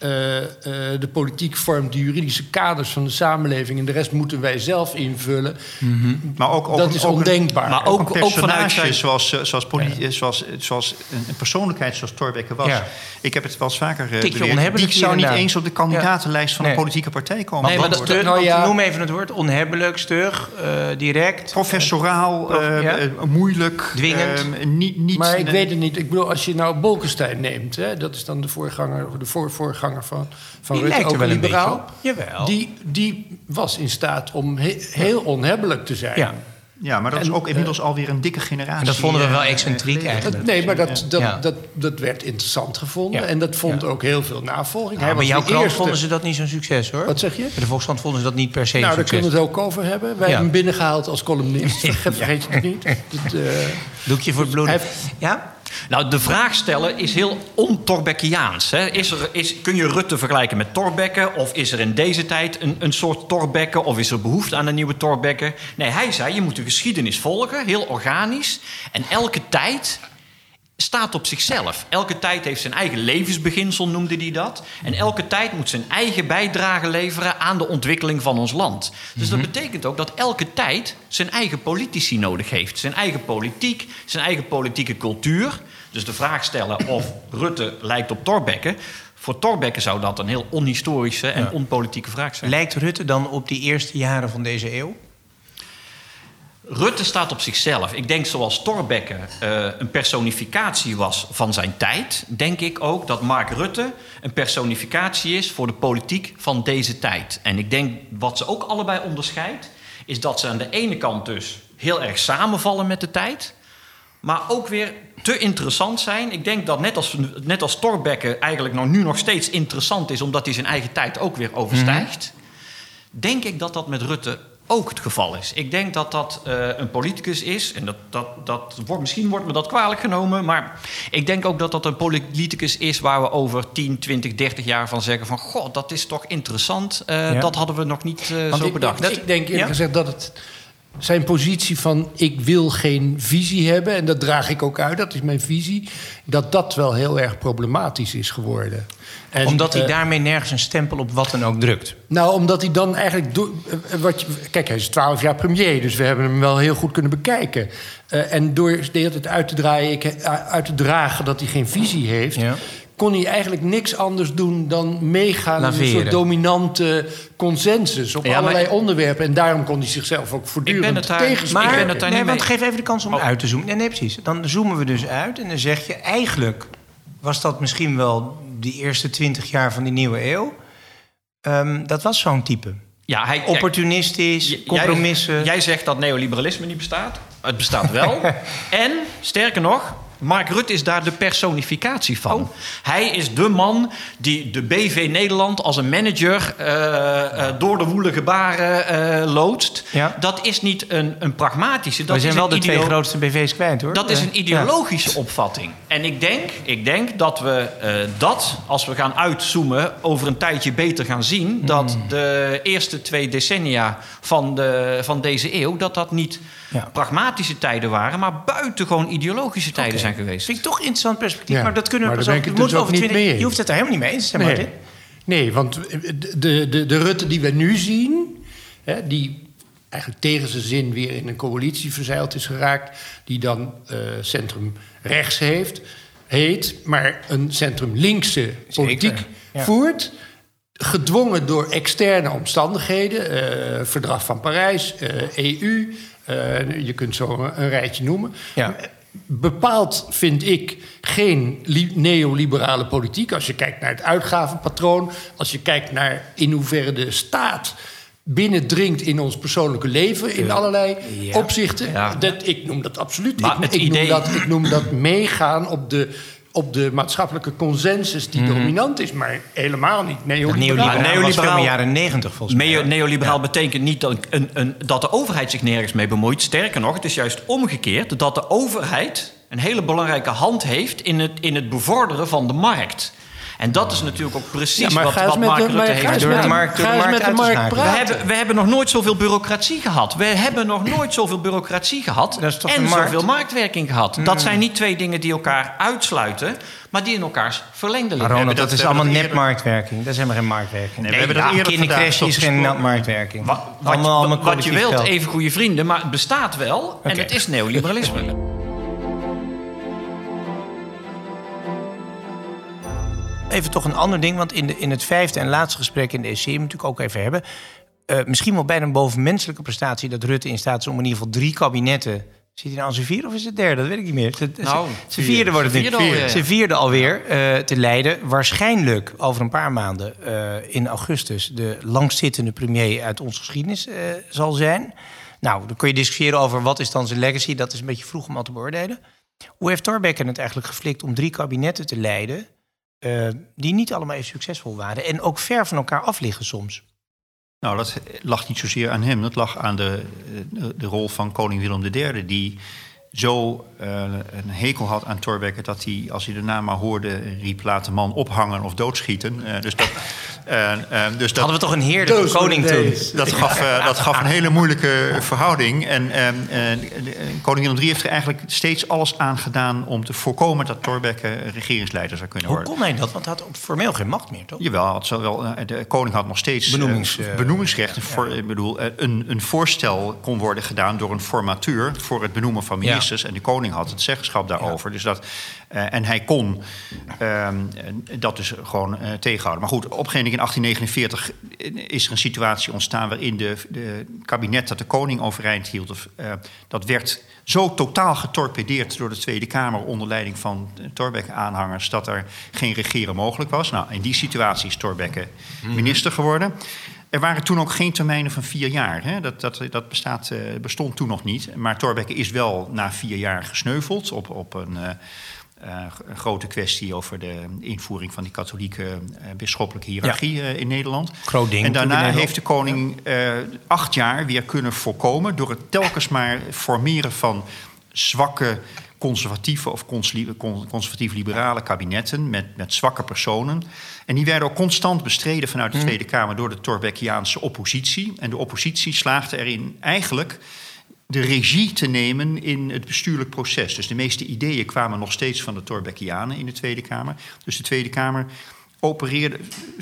uh, uh, de politiek vormt de juridische kaders van de samenleving en de rest moeten wij zelf invullen. Mm-hmm. Maar ook, ook dat een, is ook ondenkbaar. Een, maar ook, ook een personage ook zoals, zoals, politi- ja. zoals, zoals een persoonlijkheid zoals Thorbecke was. Ja. Ik heb het wel eens vaker uh, beweerd. Die zou niet eens op de kandidatenlijst van nee. een politieke partij komen. Nee, maar dat, stug, nou, ja. Noem even het woord. Onhebbelijk, stug, uh, direct. Professoraal, uh, uh, ja. uh, moeilijk. Dwingend. Uh, niet, niet, maar ik uh, weet het niet. Ik bedoel, als je nou Bolkestein neemt, hè, dat is dan de voorganger, de voor, voorganger van, van die Rutte, ook wel een liberaal. Een Jawel. Die, die was in staat om he, heel onhebbelijk te zijn. Ja. Ja, maar dat en, is ook inmiddels uh, alweer een dikke generatie. En dat vonden we wel excentriek uh, eigenlijk. Dat, nee, maar dat, dat, ja. dat, dat werd interessant gevonden. Ja. En dat vond ja. ook heel veel navolging. Ja, bij jouw krant eerste... vonden ze dat niet zo'n succes, hoor. Wat zeg je? Bij de Volkskrant vonden ze dat niet per se nou, succes. Nou, daar kunnen we het ook over hebben. Wij ja. hebben hem binnengehaald als columnist. Vergeet je het niet. Dat, uh, Doekje voor het bloed. Heeft... Ja? Nou, de vraag stellen is heel on-Thorbeckiaans. Hè? Is er, is, kun je Rutte vergelijken met Thorbecke? Of is er in deze tijd een, een soort Thorbecke? Of is er behoefte aan een nieuwe Thorbecke? Nee, hij zei, je moet de geschiedenis volgen, heel organisch. En elke tijd staat op zichzelf. Elke tijd heeft zijn eigen levensbeginsel, noemde hij dat. En elke tijd moet zijn eigen bijdrage leveren aan de ontwikkeling van ons land. Dus mm-hmm. dat betekent ook dat elke tijd zijn eigen politici nodig heeft. Zijn eigen politiek, zijn eigen politieke cultuur. Dus de vraag stellen of Rutte lijkt op Thorbecke. Voor Thorbecke zou dat een heel onhistorische en ja. onpolitieke vraag zijn. Lijkt Rutte dan op die eerste jaren van deze eeuw? Rutte staat op zichzelf. Ik denk zoals Thorbecke uh, een personificatie was van zijn tijd, denk ik ook dat Mark Rutte een personificatie is voor de politiek van deze tijd. En ik denk wat ze ook allebei onderscheidt, is dat ze aan de ene kant dus heel erg samenvallen met de tijd, maar ook weer te interessant zijn. Ik denk dat net als, net als Thorbecke eigenlijk nog, nu nog steeds interessant is, omdat hij zijn eigen tijd ook weer overstijgt, mm-hmm. denk ik dat dat met Rutte ook het geval is. Ik denk dat dat uh, een politicus is. En dat, dat, dat wordt, misschien wordt me dat kwalijk genomen. Maar ik denk ook dat dat een politicus is waar we over tien, twintig, dertig jaar van zeggen van god, dat is toch interessant. Uh, ja. Dat hadden we nog niet uh, zo ik, bedacht. Dat, ik denk eerlijk ja? gezegd dat het zijn positie van ik wil geen visie hebben, en dat draag ik ook uit, dat is mijn visie, dat dat wel heel erg problematisch is geworden. En, omdat hij uh, daarmee nergens een stempel op wat dan ook drukt? Nou, omdat hij dan eigenlijk... Do- uh, wat je, kijk, hij is twaalf jaar premier, dus we hebben hem wel heel goed kunnen bekijken. Uh, en door de hele tijd uit te, draaien, ik, uh, uit te dragen dat hij geen visie heeft, ja. kon hij eigenlijk niks anders doen dan meegaan Laveren. in een soort dominante consensus op ja, allerlei maar, onderwerpen. En daarom kon hij zichzelf ook voortdurend tegenspreken. Maar, ik ben het daar nee, niet want mee. geef even de kans om oh. uit te zoomen. Nee, nee, precies. Dan zoomen we dus uit en dan zeg je eigenlijk was dat misschien wel die eerste twintig jaar van die nieuwe eeuw. Um, dat was zo'n type. Ja, hij, opportunistisch, jij, compromissen. Jij zegt dat neoliberalisme niet bestaat. Het bestaat wel. En, sterker nog, Mark Rutte is daar de personificatie van. Oh. Hij is de man die de B V Nederland als een manager uh, uh, door de woelige baren uh, loodst. Ja. Dat is niet een, een pragmatische... Dat We zijn is wel de ideo- twee grootste B V's kwijt, hoor. Dat is een ideologische ja. opvatting. En ik denk, ik denk dat we uh, dat, als we gaan uitzoomen, over een tijdje beter gaan zien. Mm. Dat de eerste twee decennia van, de, van deze eeuw, dat dat niet ja. pragmatische tijden waren, maar buitengewoon ideologische tijden okay. zijn geweest. Vind ik toch een interessant perspectief, ja, maar dat kunnen we pas ook... Je, dus ook niet mee je hoeft het er helemaal niet mee eens te zijn, nee. Martin. Nee, want de, de, de Rutte die we nu zien, hè, die eigenlijk tegen zijn zin weer in een coalitie verzeild is geraakt, die dan uh, centrum rechts heeft, heet, maar een centrum linkse politiek ja. voert, gedwongen door externe omstandigheden, uh, Verdrag van Parijs, uh, E U, uh, je kunt zo een, een rijtje noemen. Ja. Bepaald vind ik geen li- neoliberale politiek. Als je kijkt naar het uitgavenpatroon, als je kijkt naar in hoeverre de staat binnendringt in ons persoonlijke leven in allerlei ja. opzichten. Ja. Dat, ik noem dat absoluut. Ik, ik, idee... noem dat, ik noem dat meegaan op de, op de maatschappelijke consensus die mm. dominant is, maar helemaal niet neoliberaal. Neoliberaal, neoliberaal was in de jaren negentig volgens mij. Me- neoliberaal ja. betekent niet dat, een, een, dat de overheid zich nergens mee bemoeit. Sterker nog, het is juist omgekeerd dat de overheid een hele belangrijke hand heeft in het, in het bevorderen van de markt. En dat is natuurlijk ook precies ja, wat, wat Mark Rutte heeft door de markt, door de markt uit te schakelen. We hebben, we hebben nog nooit zoveel bureaucratie gehad. We hebben nog nooit zoveel bureaucratie gehad en markt? zoveel marktwerking gehad. Mm. Dat zijn niet twee dingen die elkaar uitsluiten, maar die in elkaars verlengde liggen. Ronald, dat, dat is allemaal net marktwerking. Dat is helemaal geen marktwerking. Nee, nee, we hebben ja, kindercrash is geen net marktwerking. Wat, wat, allemaal, allemaal wat je wilt, geld. Even goede vrienden, maar het bestaat wel. Okay. En het is neoliberalisme. Even toch een ander ding, want in, de, in het vijfde en laatste gesprek in de E C moeten we natuurlijk ook even hebben. Uh, misschien wel bijna een bovenmenselijke prestatie dat Rutte in staat is om in ieder geval drie kabinetten. Zit hij nou aan zijn vierde of is het derde? Dat weet ik niet meer. Nou, zijn vierde wordt het niet. Vierde, zijn vierde alweer uh, te leiden. Waarschijnlijk over een paar maanden uh, in augustus de langstzittende premier uit onze geschiedenis uh, zal zijn. Nou, dan kun je discussiëren over wat is dan zijn legacy. Dat is een beetje vroeg om al te beoordelen. Hoe heeft Thorbecke het eigenlijk geflikt om drie kabinetten te leiden Uh, die niet allemaal even succesvol waren en ook ver van elkaar af liggen soms? Nou, dat lag niet zozeer aan hem. Dat lag aan de, de, de rol van koning Willem de derde... die zo uh, een hekel had aan Thorbecke dat hij, als hij de naam maar hoorde, riep: laat de man ophangen of doodschieten. Uh, dus dat, uh, uh, dus dat hadden we toch een heerlijke koning toen. Dat gaf, uh, dat gaf een hele moeilijke verhouding. En uh, uh, koning Willem de derde heeft er eigenlijk steeds alles aan gedaan om te voorkomen dat Thorbecke regeringsleider zou kunnen worden. Hoe kon hij dat? Want hij had formeel geen macht meer, toch? Jawel, had wel, de koning had nog steeds Benoemings, uh, benoemingsrecht. Ja. Voor, ik bedoel, een, een voorstel kon worden gedaan door een formateur voor het benoemen van ministers. Ja. En de koning had het zeggenschap daarover. Ja. Dus dat, uh, en hij kon uh, dat dus gewoon uh, tegenhouden. Maar goed, op een gegeven moment in achttien negenenveertig is er een situatie ontstaan waarin de, de kabinet dat de koning overeind hield, of, uh, dat werd zo totaal getorpedeerd door de Tweede Kamer onder leiding van Thorbecke-aanhangers dat er geen regeren mogelijk was. Nou, in die situatie is Thorbecke mm-hmm. minister geworden. Er waren toen ook geen termijnen van vier jaar. Hè? Dat, dat, dat bestaat, uh, bestond toen nog niet. Maar Thorbecke is wel na vier jaar gesneuveld op, op een, uh, uh, een grote kwestie over de invoering van die katholieke uh, bisschoppelijke hiërarchie ja. uh, in Nederland. Groot ding. En daarna heeft de koning uh, acht jaar weer kunnen voorkomen door het telkens maar formeren van zwakke conservatieve of conservatief-liberale kabinetten met, met zwakke personen. En die werden ook constant bestreden vanuit de Tweede Kamer door de Thorbeckiaanse oppositie. En de oppositie slaagde erin eigenlijk de regie te nemen in het bestuurlijk proces. Dus de meeste ideeën kwamen nog steeds van de Thorbeckianen in de Tweede Kamer. Dus de Tweede Kamer opereerde,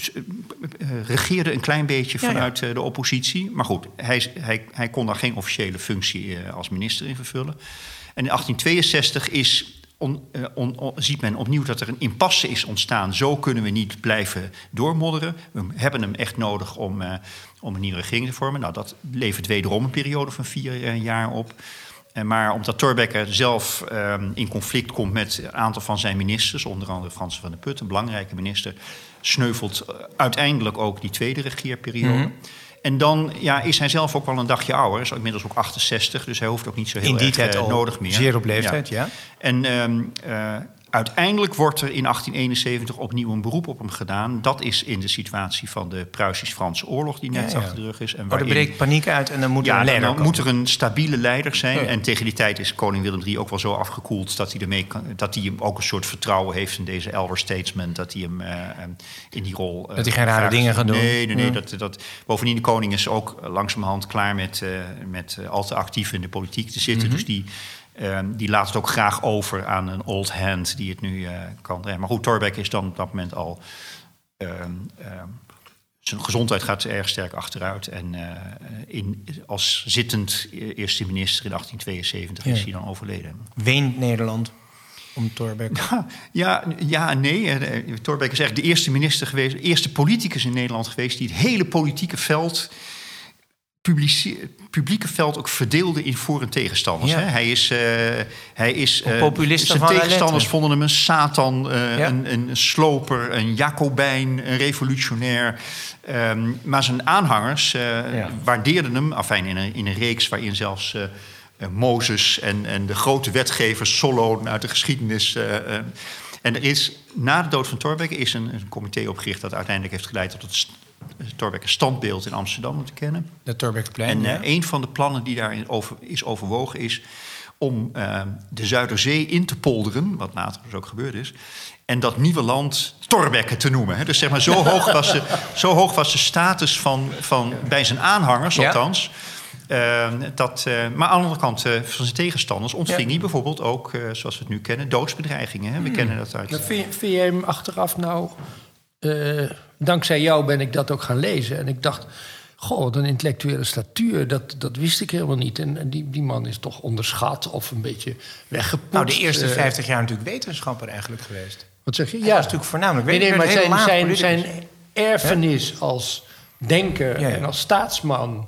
regeerde een klein beetje vanuit ja, ja. de oppositie. Maar goed, hij, hij, hij kon daar geen officiële functie als minister in vervullen. En in achttien tweeënzestig is, on, on, on, ziet men opnieuw dat er een impasse is ontstaan. Zo kunnen we niet blijven doormodderen. We hebben hem echt nodig om, uh, om een nieuwe regering te vormen. Nou, dat levert wederom een periode van vier uh, jaar op. Uh, maar omdat Thorbecke zelf uh, in conflict komt met een aantal van zijn ministers, onder andere Frans van der Put, een belangrijke minister, sneuvelt uh, uiteindelijk ook die tweede regeerperiode. Mm-hmm. En dan ja, is hij zelf ook wel een dagje ouder. Is inmiddels ook achtenzestig, dus hij hoeft ook niet zo heel in die erg tijd uh, al nodig meer. Zeer op leeftijd, ja. ja. En um, uh, uiteindelijk wordt er in achttien eenenzeventig opnieuw een beroep op hem gedaan. Dat is in de situatie van de Pruisisch-Franse oorlog die net ja, ja. achter de rug is. En oh, er breekt paniek uit en dan moet er ja, een leider dan komen. moet er een stabiele leider zijn. Ja. En tegen die tijd is koning Willem de derde ook wel zo afgekoeld dat hij, ermee kan, dat hij hem ook een soort vertrouwen heeft in deze elder statesman. Dat hij hem uh, in die rol... Uh, dat hij geen rare vraagt. dingen gaat doen. Nee, nee, nee. Ja. Dat, dat, bovendien, de koning is ook langzamerhand klaar met, uh, met uh, al te actief in de politiek te zitten. Mm-hmm. Dus die... Uh, die laat het ook graag over aan een old hand die het nu uh, kan. Maar goed, Thorbecke is dan op dat moment al... Uh, uh, zijn gezondheid gaat erg sterk achteruit. En uh, in, als zittend eerste minister in achttien tweeënzeventig ja. is hij dan overleden. Weent Nederland om Thorbecke? Ja, ja, ja nee. Uh, Thorbecke is echt de eerste minister geweest... de eerste politicus in Nederland geweest... die het hele politieke veld... Publici- publieke veld ook verdeelde in voor- en tegenstanders. Ja. Hè? Hij is, uh, hij is uh, populisten zijn tegenstanders vonden hem een Satan, uh, ja. een, een sloper, een Jacobijn, een revolutionair. Um, maar zijn aanhangers uh, ja. waardeerden hem, afijn in een, in een reeks waarin zelfs uh, uh, Mozes en, en de grote wetgevers Solon uit de geschiedenis. Uh, uh, en er is na de dood van Thorbecke is een, een comité opgericht dat uiteindelijk heeft geleid tot het st- Thorbecke standbeeld in Amsterdam om te kennen. De Thorbecke plein. En uh, ja. een van de plannen die daarin over, is overwogen is om uh, de Zuiderzee in te polderen, wat later dus ook gebeurd is, en dat nieuwe land Thorbecke te noemen. Hè. Dus zeg maar, zo hoog was de, zo hoog was de status van, van bij zijn aanhangers, ja. althans. Uh, dat, uh, maar aan de andere kant uh, van zijn tegenstanders ontving ja. hij bijvoorbeeld ook, uh, zoals we het nu kennen, doodsbedreigingen. Hè. We hmm. kennen dat uit. Maar vind, vind jij hem achteraf nou... Uh, dankzij jou ben ik dat ook gaan lezen. En ik dacht, goh, wat een intellectuele statuur. Dat, dat wist ik helemaal niet. En, en die, die man is toch onderschat of een beetje weggepoetst. Nou, de eerste vijftig jaar natuurlijk wetenschapper eigenlijk geweest. Wat zeg je? Ja, ja, dat is natuurlijk voornamelijk. Nee, nee, maar zijn, zijn, zijn politicus. erfenis ja? als denker ja, ja. en als staatsman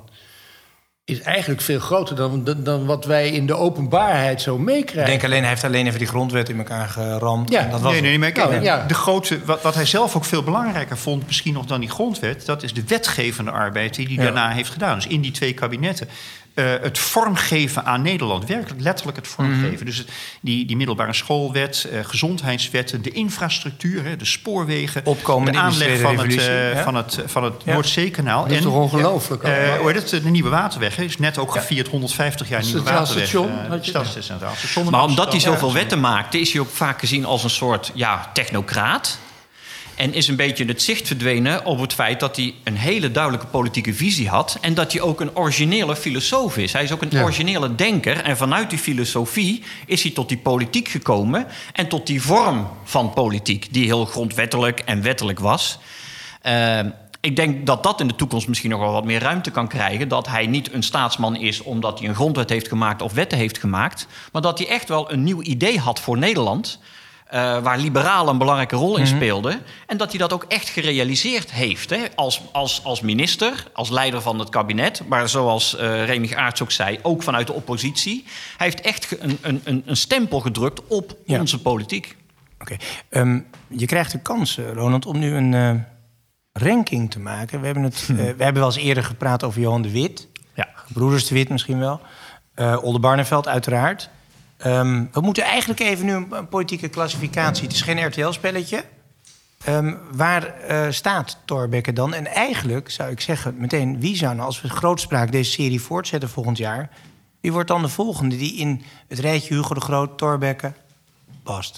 is eigenlijk veel groter dan, dan, dan wat wij in de openbaarheid zo meekrijgen. Ik denk alleen, hij heeft alleen even die grondwet in elkaar geramd. Ja, en dat was nee, nee, maar kijk, nou, ja. de grote, wat, wat hij zelf ook veel belangrijker vond, misschien nog dan die grondwet, dat is de wetgevende arbeid die hij ja. daarna heeft gedaan. Dus in die twee kabinetten. Uh, het vormgeven aan Nederland, werkelijk letterlijk het vormgeven. Mm-hmm. Dus het, die, die middelbare schoolwet, uh, gezondheidswetten, de infrastructuur, hè, de spoorwegen, opkomen de aanleg van het, uh, ja? van het, van het ja. Noordzeekanaal. Dat is en, toch ongelooflijk? Uh, hoe heet het? De Nieuwe Waterweg hè, is net ook gevierd, honderdvijftig jaar Nieuwe Waterweg. Station, uh, had je dat is Centraal Station. Maar omdat hij zoveel wetten maakte, is hij ook vaak gezien als een soort ja, technocraat. En is een beetje het zicht verdwenen op het feit dat hij een hele duidelijke politieke visie had. En dat hij ook een originele filosoof is. Hij is ook een ja. originele denker. En vanuit die filosofie is hij tot die politiek gekomen. En tot die vorm van politiek, die heel grondwettelijk en wettelijk was. Uh, ik denk dat dat in de toekomst misschien nog wel wat meer ruimte kan krijgen. Dat hij niet een staatsman is omdat hij een grondwet heeft gemaakt of wetten heeft gemaakt. Maar dat hij echt wel een nieuw idee had voor Nederland. Uh, waar liberalen een belangrijke rol in speelden. Mm-hmm. En dat hij dat ook echt gerealiseerd heeft. Hè? Als, als, als minister, als leider van het kabinet. Maar zoals uh, Remy Geaerts ook zei, ook vanuit de oppositie. Hij heeft echt een, een, een stempel gedrukt op ja. onze politiek. Oké. Okay. Um, je krijgt de kans, Ronald, om nu een uh, ranking te maken. We hebben, het, uh, we hebben wel eens eerder gepraat over Johan de Wit. Ja. Broeders de Wit misschien wel. Uh, Oldenbarnevelt uiteraard. Um, we moeten eigenlijk even nu een, een politieke klassificatie. Het is geen R T L-spelletje. Um, waar uh, staat Thorbecke dan? En eigenlijk zou ik zeggen meteen, wie zou nou, als we grootspraak deze serie voortzetten volgend jaar, wie wordt dan de volgende die in het rijtje Hugo de Groot, Thorbecke past?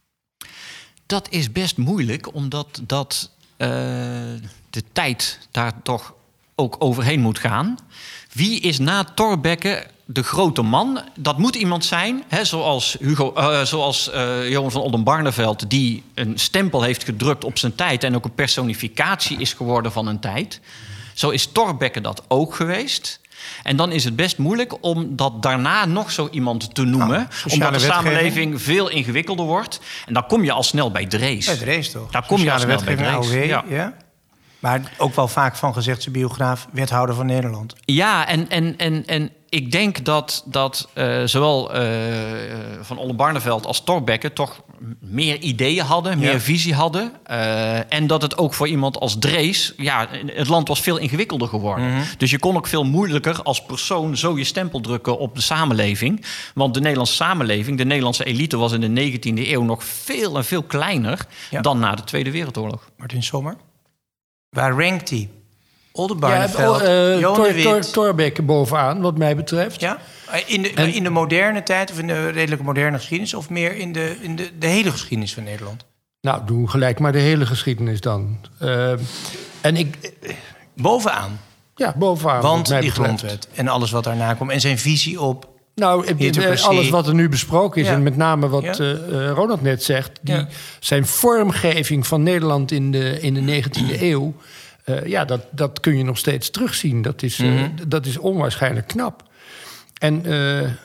Dat is best moeilijk, omdat dat, uh, de tijd daar toch ook overheen moet gaan. Wie is na Thorbecke de grote man? Dat moet iemand zijn, hè, zoals, Hugo, uh, zoals uh, Johan van Oldenbarnevelt, die een stempel heeft gedrukt op zijn tijd en ook een personificatie is geworden van een tijd. Zo is Thorbecke dat ook geweest. En dan is het best moeilijk om dat daarna nog zo iemand te noemen. Oh, omdat de samenleving veel ingewikkelder wordt. En dan kom je al snel bij Drees. Bij Drees toch? Daar kom je al snel bij Drees. A O W, ja. ja. Maar ook wel vaak van gezegd, zijn biograaf, wethouder van Nederland. Ja, en, en, en, en ik denk dat, dat uh, zowel uh, Van Oldenbarnevelt als Thorbecke toch meer ideeën hadden, meer ja. visie hadden. Uh, en dat het ook voor iemand als Drees, ja, het land was veel ingewikkelder geworden. Mm-hmm. Dus je kon ook veel moeilijker als persoon zo je stempel drukken op de samenleving. Want de Nederlandse samenleving, de Nederlandse elite was in de negentiende eeuw nog veel en veel kleiner ja. dan na de Tweede Wereldoorlog. Martin Sommer? Waar rankt hij? Oldenbarnevelt, ja, uh, Johan de Wit. Tor, Thorbecke bovenaan, wat mij betreft. Ja? In de, en, in de moderne tijd, of in de redelijke moderne geschiedenis, of meer in de, in de, de hele geschiedenis van Nederland? Nou, doe gelijk maar de hele geschiedenis dan. Uh, en ik... Bovenaan? Ja, bovenaan. Want die grondwet en alles wat daarna komt en zijn visie op... Nou, alles wat er nu besproken is, ja. en met name wat ja. uh, Ronald net zegt, die, ja. zijn vormgeving van Nederland in de, in de negentiende eeuw, uh, ja, dat, dat kun je nog steeds terugzien. Dat is, uh, mm-hmm. dat is onwaarschijnlijk knap. En uh, uh,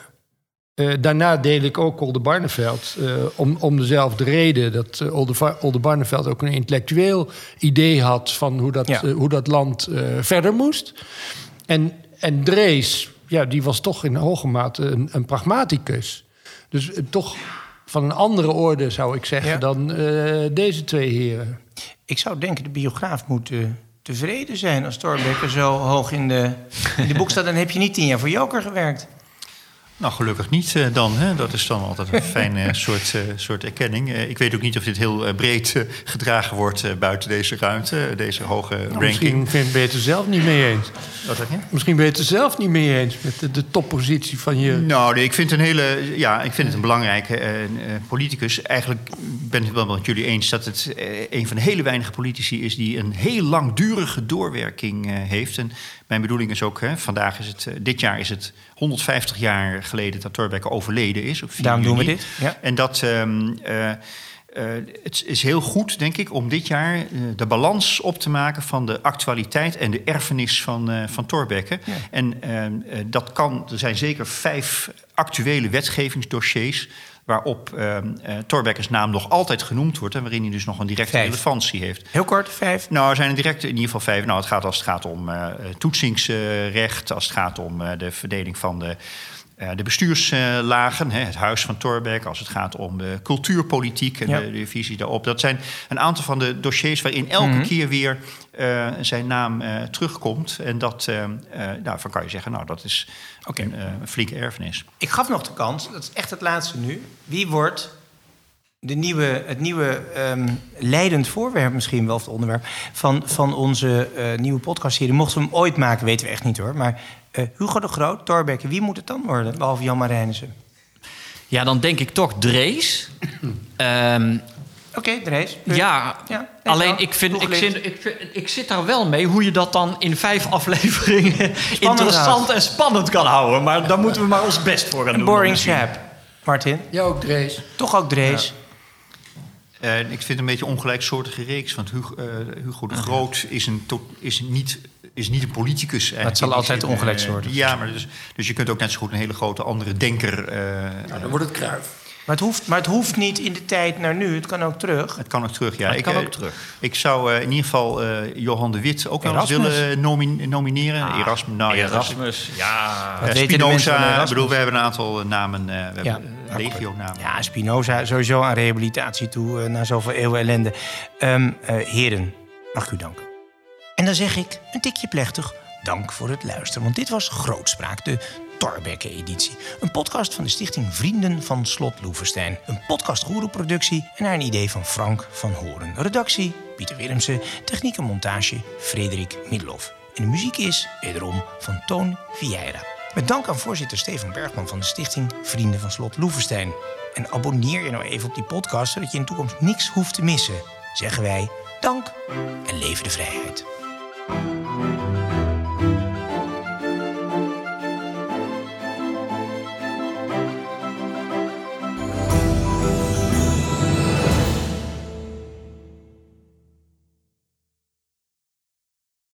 daarna deel ik ook Oldenbarnevelt, uh, om, om dezelfde reden dat uh, Oldenbarnevelt ook een intellectueel idee had van hoe dat, ja. uh, hoe dat land uh, verder moest. En, en Drees, ja, die was toch in hoge mate een, een pragmaticus. Dus uh, toch van een andere orde, zou ik zeggen, ja. dan uh, deze twee heren. Ik zou denken, de biograaf moet uh, tevreden zijn als Thorbecke zo hoog in de, in de boek staat. Dan heb je niet tien jaar voor Joker gewerkt. Nou, gelukkig niet uh, dan. Hè? Dat is dan altijd een fijne soort, uh, soort erkenning. Uh, ik weet ook niet of dit heel uh, breed uh, gedragen wordt uh, buiten deze ruimte, uh, deze hoge nou, ranking. Misschien ben je het er zelf niet mee eens. Wat zeg je? Misschien ben je het er zelf niet mee eens met de, de toppositie van je... Nou, nee, ik vind, een hele, ja, ik vind het een belangrijke uh, uh, politicus. Eigenlijk ben ik het wel met jullie eens dat het uh, een van de hele weinige politici is die een heel langdurige doorwerking uh, heeft. En mijn bedoeling is ook, hè, vandaag is het, uh, dit jaar is het honderdvijftig jaar geleden dat Thorbecke overleden is. Op Daarom doen we dit. Ja. En dat, um, uh, uh, het is heel goed, denk ik, om dit jaar uh, de balans op te maken van de actualiteit en de erfenis van, uh, van Thorbecke. Ja. En uh, uh, dat kan, er zijn zeker vijf actuele wetgevingsdossiers waarop uh, uh, Thorbecke's naam nog altijd genoemd wordt en waarin hij dus nog een directe vijf. relevantie heeft. Heel kort, vijf? Nou, er zijn er direct in ieder geval vijf. Nou, het gaat als het gaat om uh, toetsingsrecht, als het gaat om uh, de verdeling van de, uh, de bestuurslagen, hè, het huis van Thorbecke, als het gaat om de cultuurpolitiek en ja. de, de visie daarop. Dat zijn een aantal van de dossiers waarin elke mm-hmm. keer weer uh, zijn naam uh, terugkomt. En dat, uh, uh, daarvan kan je zeggen, nou, dat is okay. een, uh, een flinke erfenis. Ik gaf nog de kans, dat is echt het laatste nu. Wie wordt de nieuwe, het nieuwe um, leidend voorwerp misschien wel, of het onderwerp, van, van onze uh, nieuwe podcastserie? Mochten we hem ooit maken, weten we echt niet hoor. Maar uh, Hugo de Groot, Thorbecke, wie moet het dan worden, behalve Jan Marijnissen? Ja, dan denk ik toch Drees. um, Oké, okay, Drees. Ja, ja alleen ik, vind, ik, zit, ik, vind, ik zit daar wel mee hoe je dat dan in vijf afleveringen spannend interessant houdt. En spannend kan houden. Maar daar moeten we maar ons best voor gaan een doen. Boring sap. Martin? Ja, ook Drees. Toch ook Drees. Ja. Uh, ik vind het een beetje een ongelijksoortige reeks. Want Hugo, uh, Hugo de Groot is, een to- is, niet, is niet een politicus. Maar het zal altijd ongelijksoortig. Uh, ja, maar dus, dus je kunt ook net zo goed een hele grote andere denker... Uh, nou, dan wordt het Cruijff. Maar het, hoeft, maar het hoeft niet in de tijd naar nu. Het kan ook terug. Het kan ook terug, ja. Het ik, kan uh, ook terug. Ik zou uh, in ieder geval uh, Johan de Wit ook wel eens willen nomi- nomineren. Ah, Erasmus, nou, Erasmus, ja. ja. Uh, Spinoza, ik bedoel, we hebben een aantal namen. Uh, we ja. hebben uh, legio-namen. Ja, Spinoza sowieso aan rehabilitatie toe uh, na zoveel eeuwen ellende. Um, uh, heren, mag ik u danken. En dan zeg ik een tikje plechtig dank voor het luisteren. Want dit was Grootspraak, de Thorbecke-editie. Een podcast van de stichting Vrienden van Slot Loevestein. Een podcast-goeroe-productie en naar een idee van Frank van Horen. Redactie Pieter Willemsen, techniek en montage Frederik Middelhoff. En de muziek is wederom van Toon Vieira. Met dank aan voorzitter Steven Bergman van de stichting Vrienden van Slot Loevestein. En abonneer je nou even op die podcast, zodat je in de toekomst niks hoeft te missen. Zeggen wij dank en leven de vrijheid.